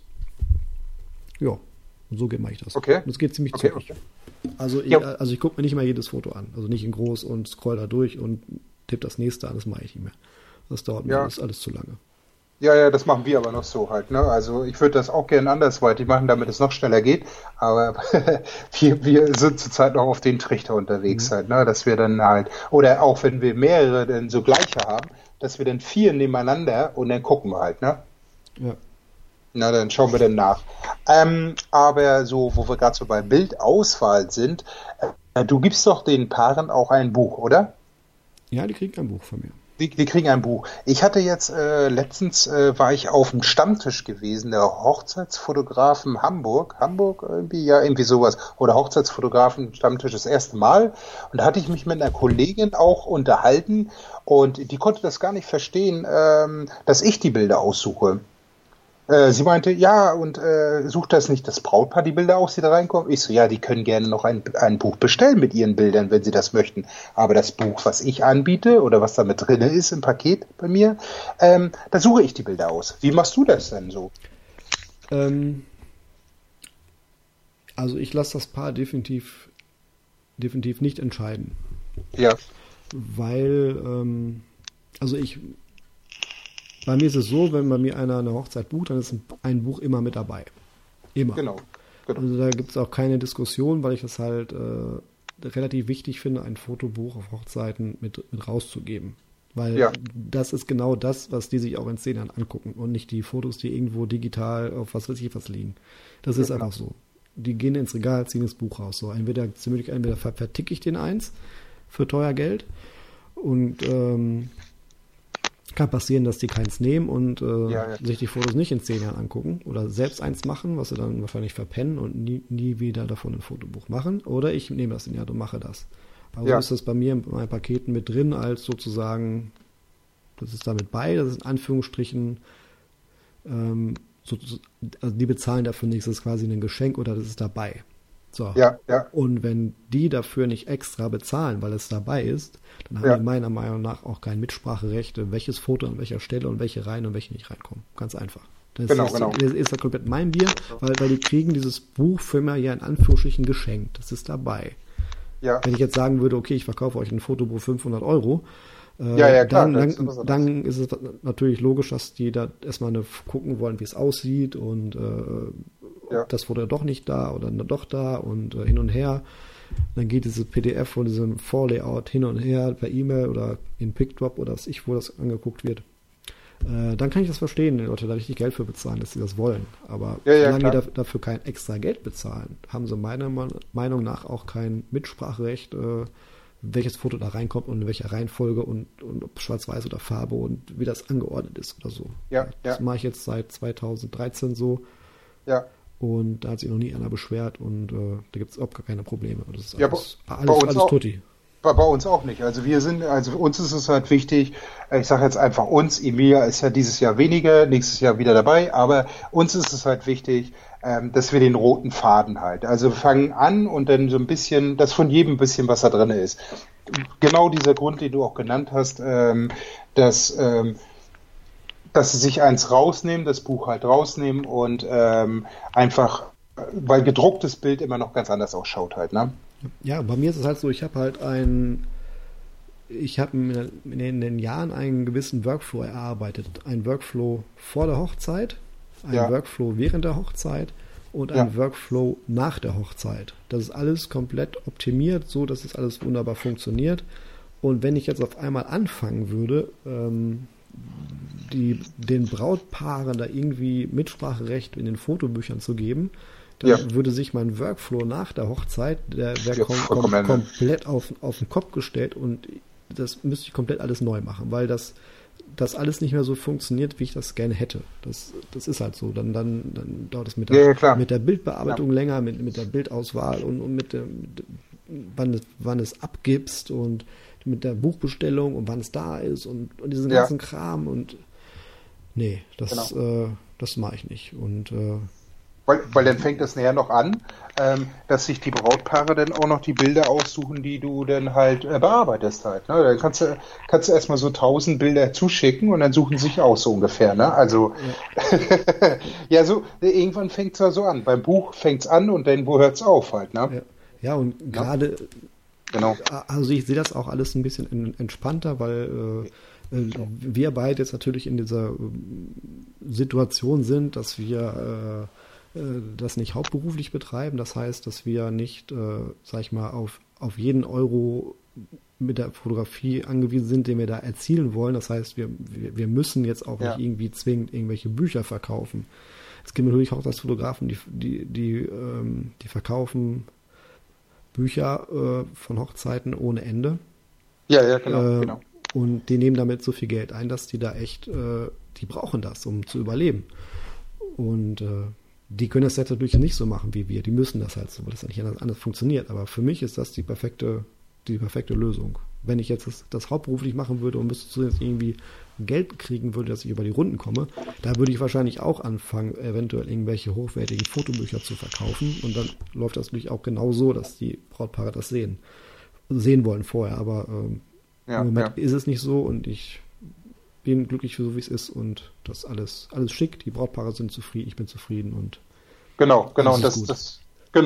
Speaker 2: Ja, und so mache ich das.
Speaker 3: Okay.
Speaker 2: Und das geht ziemlich
Speaker 3: Okay,
Speaker 2: zügig.
Speaker 3: okay.
Speaker 2: Also ich gucke mir nicht mal jedes Foto an. Also nicht in groß und scroll da durch und tippe das nächste an, das mache ich nicht mehr. Das dauert mir alles zu lange.
Speaker 3: Ja, das machen wir aber noch so halt, ne? Also ich würde das auch gerne andersweitig machen, damit es noch schneller geht, aber wir sind zurzeit noch auf den Trichter unterwegs halt, ne? Dass wir dann halt, oder auch wenn wir mehrere dann so gleiche haben, dass wir dann 4 nebeneinander und dann gucken wir halt, ne?
Speaker 2: Ja.
Speaker 3: Na, dann schauen wir dann nach. Aber so, wo wir gerade so bei Bildauswahl sind, du gibst doch den Paaren auch ein Buch, oder?
Speaker 2: Ja, die kriegen ein Buch von mir.
Speaker 3: Die kriegen ein Buch. Ich hatte jetzt letztens war ich auf dem Stammtisch gewesen, der Hochzeitsfotografen Hamburg irgendwie, ja, irgendwie sowas, oder Hochzeitsfotografen Stammtisch das erste Mal, und da hatte ich mich mit einer Kollegin auch unterhalten, und die konnte das gar nicht verstehen, dass ich die Bilder aussuche. Sie meinte, ja, und sucht das nicht das Brautpaar die Bilder aus, die da reinkommen? Ich so, ja, die können gerne noch ein Buch bestellen mit ihren Bildern, wenn sie das möchten. Aber das Buch, was ich anbiete oder was da mit drin ist im Paket bei mir, da suche ich die Bilder aus. Wie machst du das denn so?
Speaker 2: Also ich lasse das Paar definitiv nicht entscheiden.
Speaker 3: Ja.
Speaker 2: Weil, bei mir ist es so, wenn bei mir einer eine Hochzeit bucht, dann ist ein Buch immer mit dabei. Immer.
Speaker 3: Genau.
Speaker 2: Also da gibt es auch keine Diskussion, weil ich das halt relativ wichtig finde, ein Fotobuch auf Hochzeiten mit rauszugeben. Weil das ist genau das, was die sich auch in 10 Jahren angucken, und nicht die Fotos, die irgendwo digital auf was weiß ich was liegen. Das ist einfach so. Die gehen ins Regal, ziehen das Buch raus. So, entweder verticke ich den eins für teuer Geld, und kann passieren, dass die keins nehmen und sich die Fotos nicht in 10 Jahren angucken oder selbst eins machen, was sie dann wahrscheinlich verpennen und nie wieder davon ein Fotobuch machen. Oder ich nehme das in die Hand und mache das. Also ist das bei mir in meinen Paketen mit drin als sozusagen, das ist damit bei, das ist in Anführungsstrichen, also die bezahlen dafür nichts, das ist quasi ein Geschenk oder das ist dabei. So.
Speaker 3: Ja.
Speaker 2: Und wenn die dafür nicht extra bezahlen, weil es dabei ist, dann haben die meiner Meinung nach auch kein Mitspracherecht, welches Foto an welcher Stelle und welche rein und welche nicht reinkommen. Ganz einfach. Das ist halt komplett mein Bier, weil die kriegen dieses Buch für immer ja in Anführungsstrichen geschenkt. Das ist dabei. Ja. Wenn ich jetzt sagen würde, okay, ich verkaufe euch ein Fotobuch 500 €, dann ist es natürlich logisch, dass die da erstmal gucken wollen, wie es aussieht und ob das Foto doch nicht da oder doch da und hin und her. Dann geht dieses PDF von diesem Vorlayout hin und her per E-Mail oder in PickDrop oder wo das angeguckt wird. Dann kann ich das verstehen, wenn Leute da richtig Geld für bezahlen, dass sie das wollen. Aber solange die dafür kein extra Geld bezahlen, haben sie meiner Meinung nach auch kein Mitspracherecht, welches Foto da reinkommt und in welcher Reihenfolge und ob schwarz-weiß oder Farbe und wie das angeordnet ist oder so. Das mache ich jetzt seit 2013 so. Ja. Und da hat sich noch nie einer beschwert und da gibt es überhaupt gar keine Probleme. Das ist alles tutti.
Speaker 3: Bei uns auch nicht. Also uns ist es halt wichtig, ich sage jetzt einfach uns, EMEA ist ja dieses Jahr weniger, nächstes Jahr wieder dabei, aber uns ist es halt wichtig, dass wir den roten Faden halt. Also wir fangen an und dann so ein bisschen, dass von jedem ein bisschen was da drin ist. Genau dieser Grund, den du auch genannt hast, dass sie sich eins rausnehmen, das Buch halt rausnehmen und einfach, weil gedrucktes Bild immer noch ganz anders ausschaut halt, ne?
Speaker 2: Ja, bei mir ist es halt so, ich habe in den Jahren einen gewissen Workflow erarbeitet. Ein Workflow vor der Hochzeit, ein Workflow während der Hochzeit und ein Workflow nach der Hochzeit. Das ist alles komplett optimiert, so dass es alles wunderbar funktioniert. Und wenn ich jetzt auf einmal anfangen würde, den Brautpaaren da irgendwie Mitspracherecht in den Fotobüchern zu geben, dann würde sich mein Workflow nach der Hochzeit, der wäre komplett auf den Kopf gestellt und das müsste ich komplett alles neu machen, weil das alles nicht mehr so funktioniert, wie ich das gerne hätte. Das ist halt so. Dann dauert es mit der Bildbearbeitung länger, mit der Bildauswahl und mit wann es abgibst und mit der Buchbestellung und wann es da ist und diesen ganzen Kram und nee, das mache ich nicht. Und
Speaker 3: weil dann fängt das nachher noch an, dass sich die Brautpaare dann auch noch die Bilder aussuchen, die du dann halt bearbeitest halt. Ne? Dann kannst du erstmal so 1000 Bilder zuschicken und dann suchen sie sich aus so ungefähr. Ne? Also so irgendwann fängt es ja so an. Beim Buch fängt es an und dann wo hört es auf halt. Ne?
Speaker 2: Ja, und gerade also ich sehe das auch alles ein bisschen entspannter, weil wir beide jetzt natürlich in dieser Situation sind, dass wir das nicht hauptberuflich betreiben. Das heißt, dass wir nicht, sag ich mal, auf jeden Euro mit der Fotografie angewiesen sind, den wir da erzielen wollen. Das heißt, wir müssen jetzt auch nicht irgendwie zwingend irgendwelche Bücher verkaufen. Es gibt natürlich auch das Fotografen, die verkaufen Bücher von Hochzeiten ohne Ende.
Speaker 3: Ja, genau.
Speaker 2: Und die nehmen damit so viel Geld ein, dass die da echt, die brauchen das, um zu überleben. Und die können das jetzt natürlich nicht so machen wie wir. Die müssen das halt so, weil das nicht anders funktioniert. Aber für mich ist das die perfekte Lösung. Wenn ich jetzt das hauptberuflich machen würde und müsste zusätzlich irgendwie Geld kriegen würde, dass ich über die Runden komme, da würde ich wahrscheinlich auch anfangen, eventuell irgendwelche hochwertigen Fotobücher zu verkaufen. Und dann läuft das natürlich auch genau so, dass die Brautpaare das sehen wollen vorher. Aber im Moment ist es nicht so und ich bin glücklich so, wie es ist und das alles schick. Die Brautpaare sind zufrieden, ich bin zufrieden und
Speaker 3: genau, das ist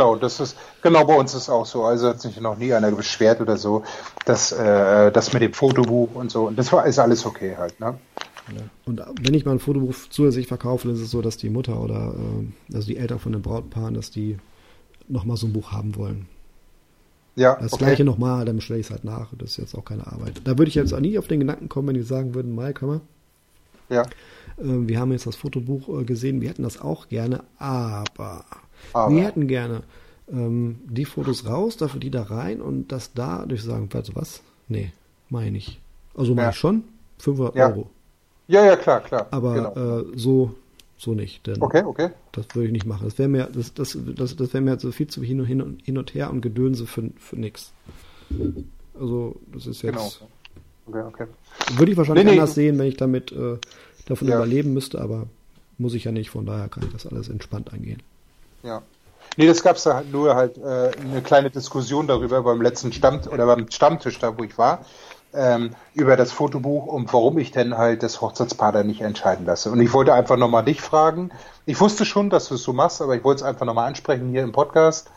Speaker 3: bei uns ist auch so. Also hat sich noch nie einer beschwert oder so, dass das mit dem Fotobuch und so. Und ist alles okay halt, ne?
Speaker 2: Ja. Und wenn ich mal ein Fotobuch zusätzlich verkaufe, dann ist es so, dass die Mutter oder also die Eltern von den Brautpaaren, dass die nochmal so ein Buch haben wollen.
Speaker 3: Ja,
Speaker 2: das Gleiche nochmal, dann bestelle ich es halt nach. Das ist jetzt auch keine Arbeit. Da würde ich jetzt auch nie auf den Gedanken kommen, wenn die sagen würden, Mike, hör mal.
Speaker 3: Ja.
Speaker 2: Wir haben jetzt das Fotobuch gesehen, wir hätten das auch gerne, aber wir hätten gerne die Fotos raus, dafür die da rein und das da, durch sagen, weißt du was? Nee, meine ich. Also meine ich schon, 500 Euro.
Speaker 3: Ja, klar.
Speaker 2: Aber so nicht, denn
Speaker 3: okay.
Speaker 2: Das würde ich nicht machen. Das wäre mir, das wäre mir so viel zu hin und her und Gedönse für nix. Also das ist jetzt...
Speaker 3: Genau. Okay.
Speaker 2: Würde ich wahrscheinlich anders sehen, wenn ich damit davon überleben müsste, aber muss ich ja nicht, von daher kann ich das alles entspannt angehen.
Speaker 3: Ja. Nee, das gab es da halt nur eine kleine Diskussion darüber beim letzten beim Stammtisch da, wo ich war, über das Fotobuch und warum ich denn halt das Hochzeitspaar da nicht entscheiden lasse. Und ich wollte einfach nochmal dich fragen. Ich wusste schon, dass du es so machst, aber ich wollte es einfach nochmal ansprechen hier im Podcast.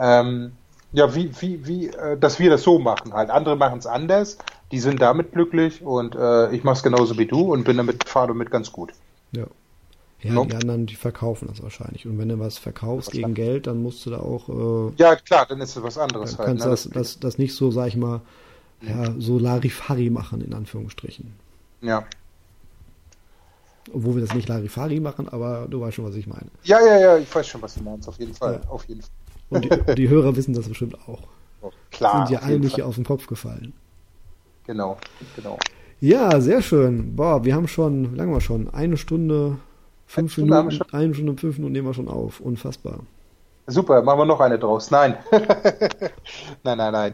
Speaker 3: Dass wir das so machen halt. Andere machen es anders, die sind damit glücklich und ich mache es genauso wie du und fahre damit ganz gut.
Speaker 2: Ja. Ja, die anderen, die verkaufen das wahrscheinlich. Und wenn du was verkaufst gegen Geld, dann musst du da auch...
Speaker 3: ja, klar, dann ist es was anderes
Speaker 2: dann kannst du das nicht so, sag ich mal, so Larifari machen, in Anführungsstrichen.
Speaker 3: Ja.
Speaker 2: Obwohl wir das nicht Larifari machen, aber du weißt schon, was ich meine.
Speaker 3: Ja, ich weiß schon, was du meinst, auf jeden Fall.
Speaker 2: Ja.
Speaker 3: Auf jeden Fall.
Speaker 2: Und die Hörer wissen das bestimmt auch.
Speaker 3: Klar.
Speaker 2: Sind ja alle nicht hier auf den Kopf gefallen.
Speaker 3: Genau.
Speaker 2: Ja, sehr schön. Boah, wir haben schon, wie lange wir schon? 1 Stunde, 5 Minuten, 1 Stunde und 5 Minuten nehmen wir schon auf. Unfassbar.
Speaker 3: Super, machen wir noch eine draus. Nein. Nein.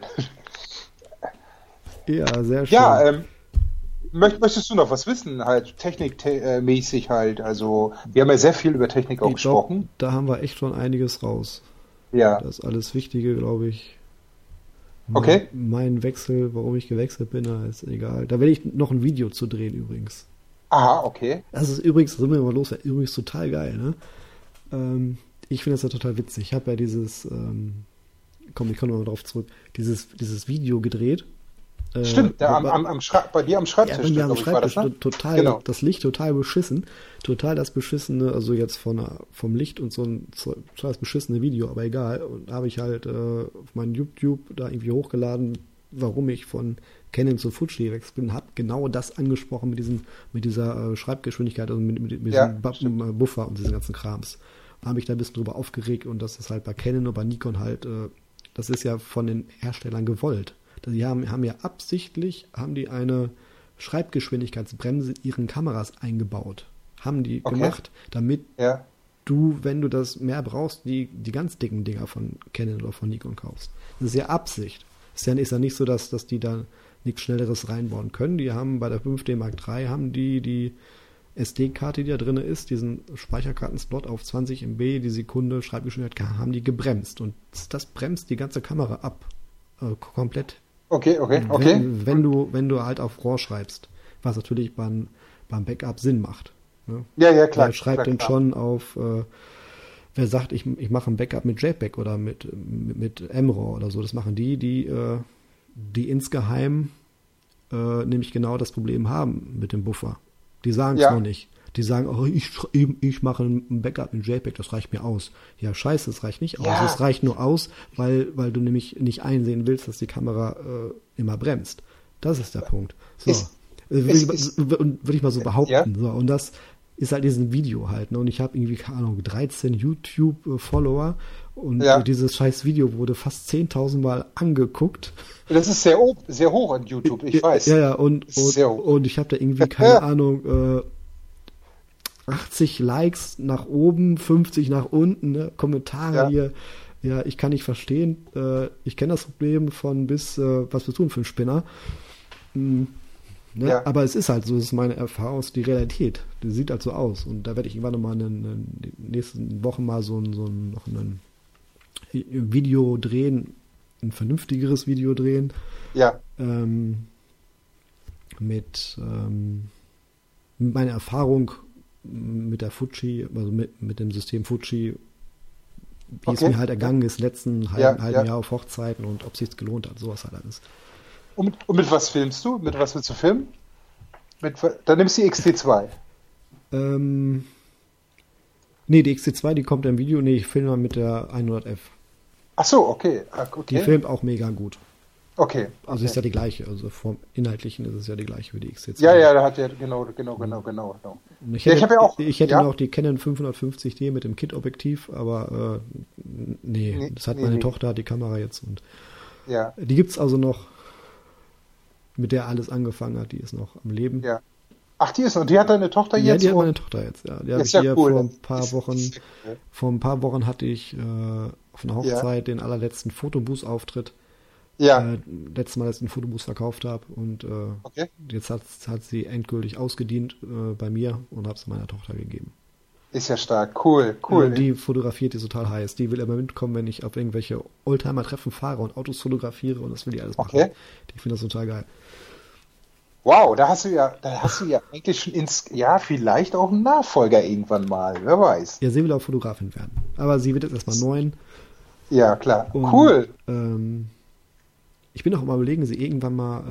Speaker 2: Ja, sehr schön.
Speaker 3: Ja, möchtest du noch was wissen, halt technikmäßig halt? Also, wir haben ja sehr viel über Technik auch gesprochen.
Speaker 2: Da haben wir echt schon einiges raus.
Speaker 3: Ja.
Speaker 2: Das ist alles Wichtige, glaube ich.
Speaker 3: Okay.
Speaker 2: Mein Wechsel, warum ich gewechselt bin, ist egal. Da werde ich noch ein Video zu drehen übrigens.
Speaker 3: Aha, okay.
Speaker 2: Das ist übrigens, sind wir mal los, übrigens total geil, ne? Ich finde das ja total witzig. Ich habe ja dieses, ich komme mal drauf zurück, dieses Video gedreht.
Speaker 3: Stimmt, bei dir am Schreibtisch.
Speaker 2: Ja, am Schreibtisch,
Speaker 3: war das, ne?
Speaker 2: Total,
Speaker 3: genau.
Speaker 2: Das Licht total beschissen. Total das beschissene, also jetzt vom Licht und so ein total das beschissene Video, aber egal. Und da habe ich halt auf meinen YouTube da irgendwie hochgeladen, warum ich von Canon zu Fuji gewechselt bin, habe genau das angesprochen mit dieser Schreibgeschwindigkeit, also mit diesem Buffer und diesen ganzen Krams. Da habe ich da ein bisschen drüber aufgeregt und das ist halt bei Canon und bei Nikon halt, das ist ja von den Herstellern gewollt. Die haben ja absichtlich, eine Schreibgeschwindigkeitsbremse in ihren Kameras eingebaut. Haben die gemacht, damit du, wenn du das mehr brauchst, die ganz dicken Dinger von Canon oder von Nikon kaufst. Das ist ja Absicht. Ist ja nicht so, dass die da nichts Schnelleres reinbauen können. Die haben bei der 5D Mark III haben die SD-Karte, die da drin ist, diesen Speicherkartenslot auf 20 MB die Sekunde Schreibgeschwindigkeit, haben die gebremst. Und das bremst die ganze Kamera ab. Komplett.
Speaker 3: Okay.
Speaker 2: Wenn du halt auf RAW schreibst, was natürlich beim Backup Sinn macht. Ne?
Speaker 3: Ja, klar.
Speaker 2: Wer schreibt denn schon auf, wer sagt, ich mache ein Backup mit JPEG oder mit MRAW oder so, das machen die insgeheim nämlich genau das Problem haben mit dem Buffer. Die sagen es noch nicht. Die sagen, ich mache ein Backup in JPEG, das reicht mir aus. Ja, scheiße, das reicht nicht aus. Es reicht nur aus, weil du nämlich nicht einsehen willst, dass die Kamera immer bremst. Das ist der Punkt. So. Würde ich mal so behaupten. Ja? So, und das ist halt diesen Video halt. Ne? Und ich habe irgendwie, keine Ahnung, 13 YouTube-Follower und dieses scheiß Video wurde fast 10.000 Mal angeguckt.
Speaker 3: Das ist sehr hoch an YouTube, ich weiß.
Speaker 2: Ja, und ich habe da irgendwie, keine Ahnung, 80 Likes nach oben, 50 nach unten, ne? Kommentare hier. Ja, ich kann nicht verstehen. Ich kenne das Problem von bis, was bist du denn für ein Spinner? Ne? Ja. Aber es ist halt so, es ist meine Erfahrung, es ist die Realität. Die sieht halt so aus. Und da werde ich irgendwann nochmal in den nächsten Wochen mal noch ein Video drehen, ein vernünftigeres Video drehen.
Speaker 3: Ja.
Speaker 2: Mit meiner Erfahrung mit der Fuji, also mit dem System Fuji, wie es mir halt ergangen ist, letzten halben Jahr auf Hochzeiten und ob es sich gelohnt hat, sowas halt alles.
Speaker 3: Und mit was filmst du? Mit was willst du filmen? Dann nimmst du die XT2.
Speaker 2: Nee, die XT2, die kommt im Video. Nee, ich filme mal mit der 100F.
Speaker 3: Ach so, okay.
Speaker 2: Die filmt auch mega gut.
Speaker 3: Okay.
Speaker 2: Also ist ja die gleiche, also vom Inhaltlichen ist es ja die gleiche wie die XT2.
Speaker 3: Ja, da hat ja genau.
Speaker 2: Ich hätte noch die Canon 550D mit dem Kit-Objektiv, aber das hat meine Tochter, die Kamera jetzt und die gibt's also noch, mit der alles angefangen hat, die ist noch am Leben.
Speaker 3: Ja. Ach, die hat deine Tochter jetzt?
Speaker 2: Ja, die hat meine Tochter jetzt, ja. Die habe ich hier
Speaker 3: cool.
Speaker 2: vor ein paar Wochen hatte ich auf einer Hochzeit den allerletzten Fotobooth-Auftritt.
Speaker 3: Ja.
Speaker 2: Letztes Mal, als ich einen Fotobus verkauft habe und
Speaker 3: Okay.
Speaker 2: jetzt hat sie endgültig ausgedient bei mir und habe es meiner Tochter gegeben.
Speaker 3: Ist ja stark. Cool.
Speaker 2: Die fotografiert, die ist total heiß. Die will immer mitkommen, wenn ich auf irgendwelche Oldtimer-Treffen fahre und Autos fotografiere und das will die alles machen.
Speaker 3: Okay.
Speaker 2: Die findet das total geil.
Speaker 3: Wow, da hast du ja eigentlich schon vielleicht auch einen Nachfolger irgendwann mal. Wer weiß.
Speaker 2: Ja, sie will auch Fotografin werden. Aber sie wird jetzt erstmal 9.
Speaker 3: Ja, klar.
Speaker 2: Und,
Speaker 3: Cool.
Speaker 2: Ich bin auch mal überlegen, sie irgendwann mal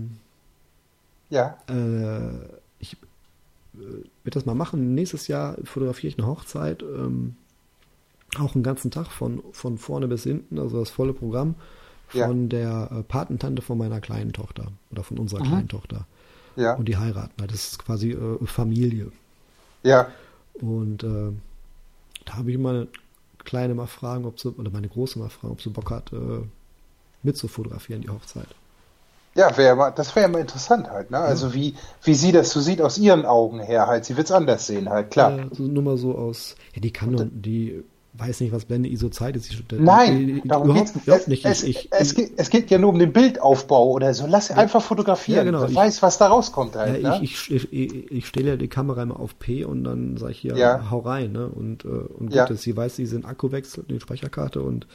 Speaker 3: Ja.
Speaker 2: ich werde das mal machen. Nächstes Jahr fotografiere ich eine Hochzeit. Auch einen ganzen Tag von vorne bis hinten, also das volle Programm von der Patentante von meiner kleinen Tochter oder von unserer kleinen Tochter.
Speaker 3: Ja.
Speaker 2: Und die heiraten. Das ist quasi Familie.
Speaker 3: Ja.
Speaker 2: Und da habe ich meine Kleine mal fragen, oder meine Große mal fragen, ob sie Bock hat, mitzufotografieren, die Hochzeit.
Speaker 3: Ja, das wäre mal interessant halt, ne? Also wie sie das so sieht aus ihren Augen her halt. Sie wird es anders sehen halt, klar.
Speaker 2: Nur mal so aus, ja, die weiß nicht, was Blende ISO Zeit ist.
Speaker 3: Nein, darum
Speaker 2: überhaupt nicht.
Speaker 3: Es geht ja nur um den Bildaufbau oder so. Lass einfach fotografieren.
Speaker 2: Ja, genau.
Speaker 3: Du weißt, was da rauskommt halt,
Speaker 2: ja,
Speaker 3: ne?
Speaker 2: Ich stelle ja die Kamera immer auf P und dann sage ich hier, hau rein, ne? Und gut ist, sie weiß, sie sind Akkuwechsel, die Speicherkarte und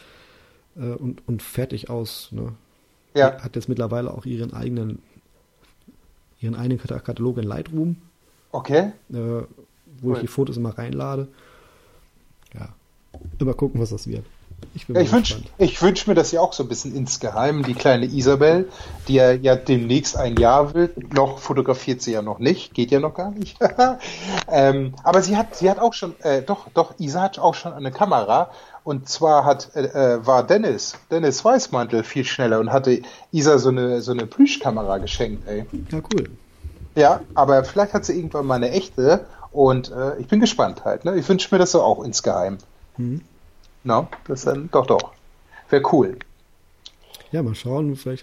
Speaker 2: fertig aus, ne?
Speaker 3: Ja.
Speaker 2: Hat jetzt mittlerweile auch ihren eigenen Katalog in Lightroom.
Speaker 3: Okay.
Speaker 2: Wo ich die Fotos immer reinlade. Ja. Immer gucken, was das wird. Ich
Speaker 3: wünsch mir das ja auch so ein bisschen insgeheim. Die kleine Isabel, die ja demnächst ein Jahr wird, noch fotografiert sie ja noch nicht, geht ja noch gar nicht. Aber sie hat auch schon, Isa hat auch schon eine Kamera. Und zwar war Dennis Weißmantel viel schneller und hatte Isa so eine Plüschkamera geschenkt, ey.
Speaker 2: Ja, cool.
Speaker 3: Ja, aber vielleicht hat sie irgendwann mal eine echte und ich bin gespannt halt, ne? Ich wünsche mir das so auch insgeheim. No, das dann doch. Wäre cool.
Speaker 2: Ja, mal schauen, vielleicht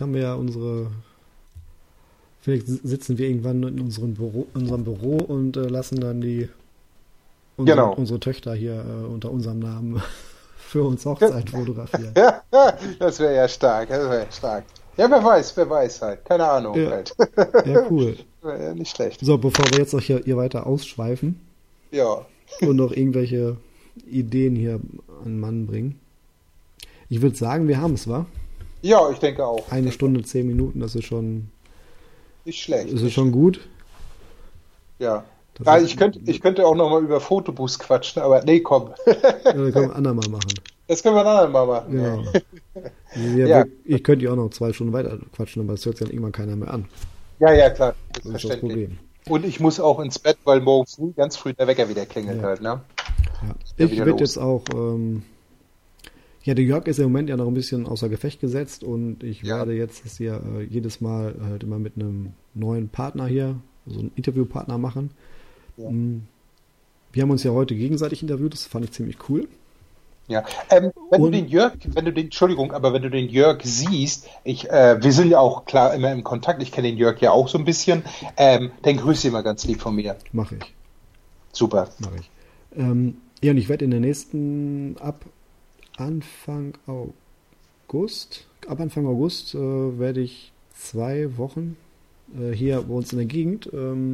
Speaker 2: sitzen wir irgendwann in unserem Büro und lassen dann unsere Töchter hier unter unserem Namen für uns Hochzeit fotografieren.
Speaker 3: Ja, das wäre ja stark. Ja, wer weiß halt. Keine Ahnung halt.
Speaker 2: Ja, cool.
Speaker 3: Ja, nicht schlecht.
Speaker 2: So, bevor wir jetzt noch hier weiter ausschweifen und noch irgendwelche Ideen hier an den Mann bringen. Ich würde sagen, wir haben es, wa?
Speaker 3: Ja, ich denke auch.
Speaker 2: 1 Stunde, 10 Minuten, das ist schon
Speaker 3: nicht schlecht.
Speaker 2: Das ist schon gut.
Speaker 3: Ja. Ich könnte auch noch mal über Fotobus quatschen, aber nee, komm.
Speaker 2: Das können wir ein andermal machen.
Speaker 3: Das können wir ein andermal machen.
Speaker 2: Genau. Ich könnte ja auch noch 2 Stunden weiter quatschen, aber das hört sich dann irgendwann keiner mehr an.
Speaker 3: Ja, klar.
Speaker 2: Das ist das Problem.
Speaker 3: Und ich muss auch ins Bett, weil morgen ganz früh der Wecker wieder klingelt halt, ne?
Speaker 2: Ja. Ich werde jetzt auch, der Jörg ist im Moment ja noch ein bisschen außer Gefecht gesetzt und ich werde jetzt hier jedes Mal halt immer mit einem neuen Partner hier, so einen Interviewpartner machen. Ja. Wir haben uns ja heute gegenseitig interviewt, das fand ich ziemlich cool.
Speaker 3: Ja, wenn du den Jörg siehst, wir sind ja auch klar immer im Kontakt, ich kenne den Jörg ja auch so ein bisschen, dann grüße ihn mal ganz lieb von mir.
Speaker 2: Mache ich.
Speaker 3: Super.
Speaker 2: Mache ich. Und ich werde in der nächsten, ab Anfang August werde ich 2 Wochen hier bei uns in der Gegend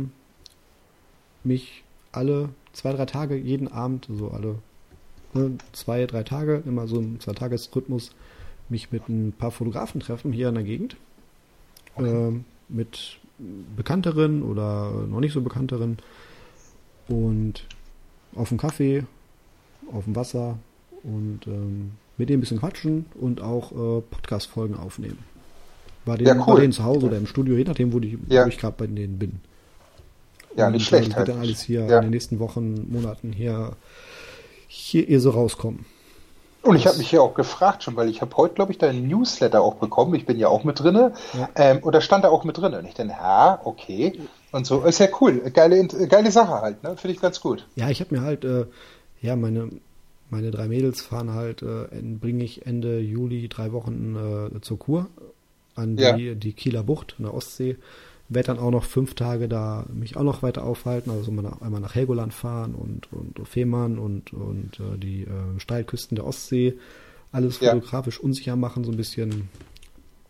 Speaker 2: mich alle 2-3 Tage, jeden Abend, so alle 2-3 Tage, immer so im 2-Tages-Rhythmus, mich mit ein paar Fotografen treffen hier in der Gegend. Okay. Mit bekannteren oder noch nicht so bekannteren und auf dem Kaffee, auf dem Wasser und mit denen ein bisschen quatschen und auch Podcast-Folgen aufnehmen. Bei denen zu Hause oder im Studio, je nachdem, wo ich gerade bei denen bin.
Speaker 3: Ja, nicht schlecht.
Speaker 2: Das wird dann alles hier in den nächsten Wochen, Monaten hier so rauskommen.
Speaker 3: Und ich habe mich hier auch gefragt schon, weil ich habe heute, glaube ich, deinen Newsletter auch bekommen. Ich bin ja auch mit drinne. Ja. Und da stand da auch mit drin. Und ich dachte, okay. Und so, ist ja cool. Geile Sache halt, ne? Finde ich ganz gut.
Speaker 2: Ja, ich habe mir halt, meine 3 Mädels fahren halt, bringe ich Ende Juli 3 Wochen zur Kur an die Kieler Bucht in der Ostsee. Werde dann auch noch 5 Tage da mich auch noch weiter aufhalten, also einmal nach Helgoland fahren und Fehmarn und die Steilküsten der Ostsee, alles fotografisch unsicher machen, so ein bisschen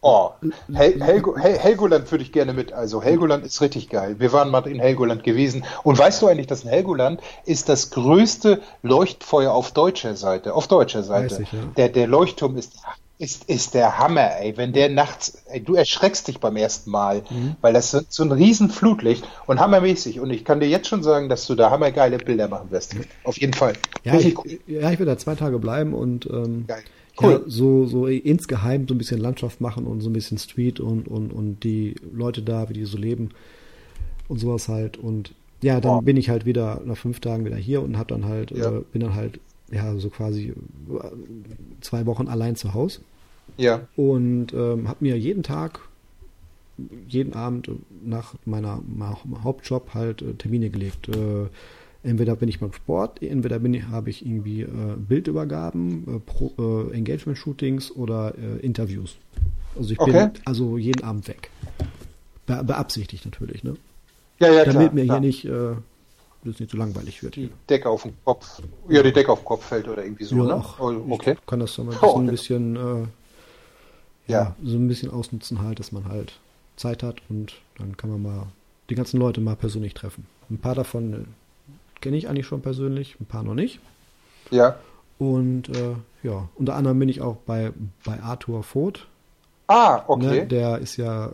Speaker 3: Oh, Helgoland würde ich gerne mit. Also Helgoland ist richtig geil. Wir waren mal in Helgoland gewesen. Und weißt du eigentlich, dass in Helgoland ist das größte Leuchtfeuer auf deutscher Seite. Auf deutscher Seite.
Speaker 2: Weiß ich, ja.
Speaker 3: Der Leuchtturm ist der Hammer, ey. Wenn der nachts, ey, du erschreckst dich beim ersten Mal, weil das so ein riesen Flutlicht und hammermäßig. Und ich kann dir jetzt schon sagen, dass du da hammergeile Bilder machen wirst. Auf jeden Fall.
Speaker 2: Ja, ich werde da 2 Tage bleiben und
Speaker 3: Geil.
Speaker 2: ja,
Speaker 3: Cool.
Speaker 2: so insgeheim so ein bisschen Landschaft machen und so ein bisschen Street und die Leute da, wie die so leben und sowas halt. Und ja, dann bin ich halt wieder nach 5 Tagen wieder hier und bin dann halt ja so quasi 2 Wochen allein zu Hause.
Speaker 3: Ja.
Speaker 2: Und habe mir jeden Abend nach meinem Hauptjob halt Termine gelegt. Entweder bin ich beim Sport, entweder habe ich irgendwie Bildübergaben, Engagement-Shootings oder Interviews. Also ich bin also jeden Abend weg. Beabsichtigt natürlich, ne?
Speaker 3: Ja,
Speaker 2: Damit
Speaker 3: klar,
Speaker 2: mir
Speaker 3: klar.
Speaker 2: hier nicht das nicht so langweilig wird.
Speaker 3: Die Decke auf den Kopf. Ja, die Decke auf den Kopf fällt oder irgendwie so,
Speaker 2: Ja,
Speaker 3: ne?
Speaker 2: auch.
Speaker 3: Oh, okay.
Speaker 2: Ich kann das dann mal
Speaker 3: Oh,
Speaker 2: ein bisschen
Speaker 3: Ja.
Speaker 2: so ein bisschen ausnutzen halt, dass man halt Zeit hat und dann kann man mal die ganzen Leute mal persönlich treffen. Ein paar davon kenne ich eigentlich schon persönlich, ein paar noch nicht.
Speaker 3: Ja.
Speaker 2: Und ja, unter anderem bin ich auch bei Arthur Voth.
Speaker 3: Ah, okay.
Speaker 2: Ne? Der ist ja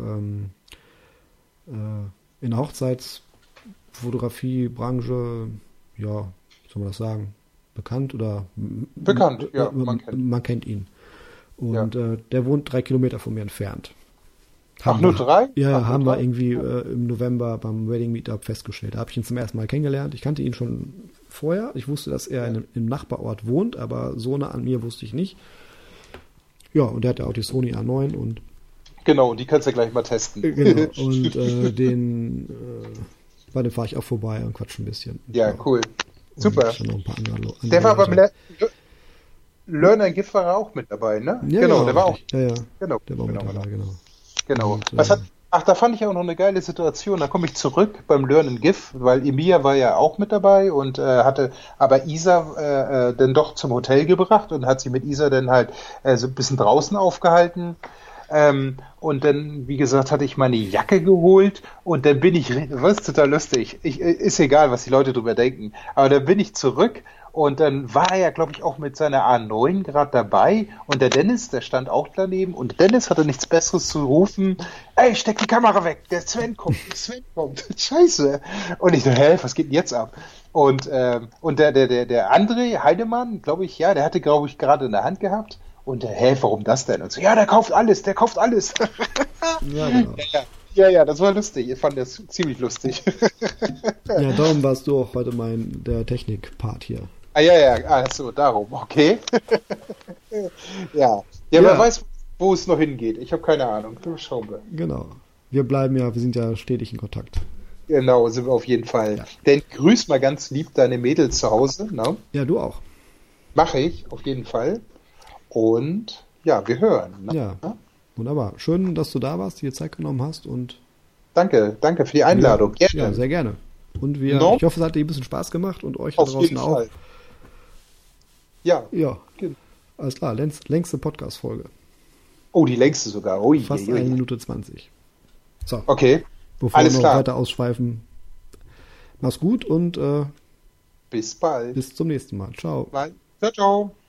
Speaker 2: in der Hochzeitsfotografiebranche, ja, wie soll man das sagen, bekannt oder
Speaker 3: Bekannt, ja, man
Speaker 2: kennt ihn. Und der wohnt 3 Kilometer von mir entfernt.
Speaker 3: Ach, nur 3?
Speaker 2: Ja,
Speaker 3: Ach,
Speaker 2: haben
Speaker 3: nur
Speaker 2: wir
Speaker 3: 3?
Speaker 2: irgendwie im November beim Wedding Meetup festgestellt. Da habe ich ihn zum ersten Mal kennengelernt. Ich kannte ihn schon vorher. Ich wusste, dass er im Nachbarort wohnt, aber so nah an mir wusste ich nicht. Ja, und der hat ja auch die Sony A9 und
Speaker 3: Genau, die kannst du gleich mal testen.
Speaker 2: genau. Und bei dem fahre ich auch vorbei und quatsch ein bisschen.
Speaker 3: Ja, cool.
Speaker 2: Und
Speaker 3: Super.
Speaker 2: dann noch ein paar andere
Speaker 3: Der war beim
Speaker 2: Leute.
Speaker 3: Learn and Give war er auch mit dabei, ne?
Speaker 2: Ja,
Speaker 3: Genau, der war auch.
Speaker 2: richtig. Ja,
Speaker 3: Genau,
Speaker 2: der war mit
Speaker 3: genau,
Speaker 2: dabei, genau.
Speaker 3: Genau.
Speaker 2: Und,
Speaker 3: Da fand ich auch noch eine geile Situation. Da komme ich zurück beim Learn and Give, weil Emilia war ja auch mit dabei und hatte aber Isa dann doch zum Hotel gebracht und hat sie mit Isa dann halt so ein bisschen draußen aufgehalten. Und dann, wie gesagt, hatte ich meine Jacke geholt und dann bin ich, was ist total lustig, ist egal, was die Leute drüber denken, aber dann bin ich zurück und dann war er ja, glaube ich, auch mit seiner A9 gerade dabei und der Dennis, der stand auch daneben und Dennis hatte nichts Besseres zu rufen, ey, steck die Kamera weg, der Sven kommt, scheiße. Und ich dachte, was geht denn jetzt ab? Und der André Heidemann, glaube ich, ja, der hatte, glaube ich, gerade in der Hand gehabt. Und warum das denn? Und so, ja, der kauft alles.
Speaker 2: Ja, genau.
Speaker 3: Ja, das war lustig. Ich fand das ziemlich lustig.
Speaker 2: Ja, darum warst du auch heute der Technik-Part hier.
Speaker 3: So, darum, okay. Ja, wer weiß, wo es noch hingeht. Ich habe keine Ahnung. Schauen wir.
Speaker 2: Genau. Wir sind ja stetig in Kontakt.
Speaker 3: Genau, sind wir auf jeden Fall. Ja. Denn grüß mal ganz lieb deine Mädels zu Hause. Ne?
Speaker 2: Ja, du auch.
Speaker 3: Mache ich, auf jeden Fall. Und ja, wir hören. Ne?
Speaker 2: Ja, wunderbar. Schön, dass du da warst, dir Zeit genommen hast und
Speaker 3: danke für die Einladung.
Speaker 2: Ja, gerne. Ja, sehr gerne. Und ich hoffe, es hat dir ein bisschen Spaß gemacht und euch da
Speaker 3: auf
Speaker 2: draußen
Speaker 3: jeden
Speaker 2: auch.
Speaker 3: Fall. Ja.
Speaker 2: Genau. Alles klar, längste Podcast-Folge.
Speaker 3: Oh, die längste sogar. Ui,
Speaker 2: fast 1 Minute 20. So.
Speaker 3: Okay.
Speaker 2: Bevor wir noch weiter ausschweifen, mach's gut und
Speaker 3: bis bald.
Speaker 2: Bis zum nächsten Mal. Ciao.
Speaker 3: Ciao, ciao.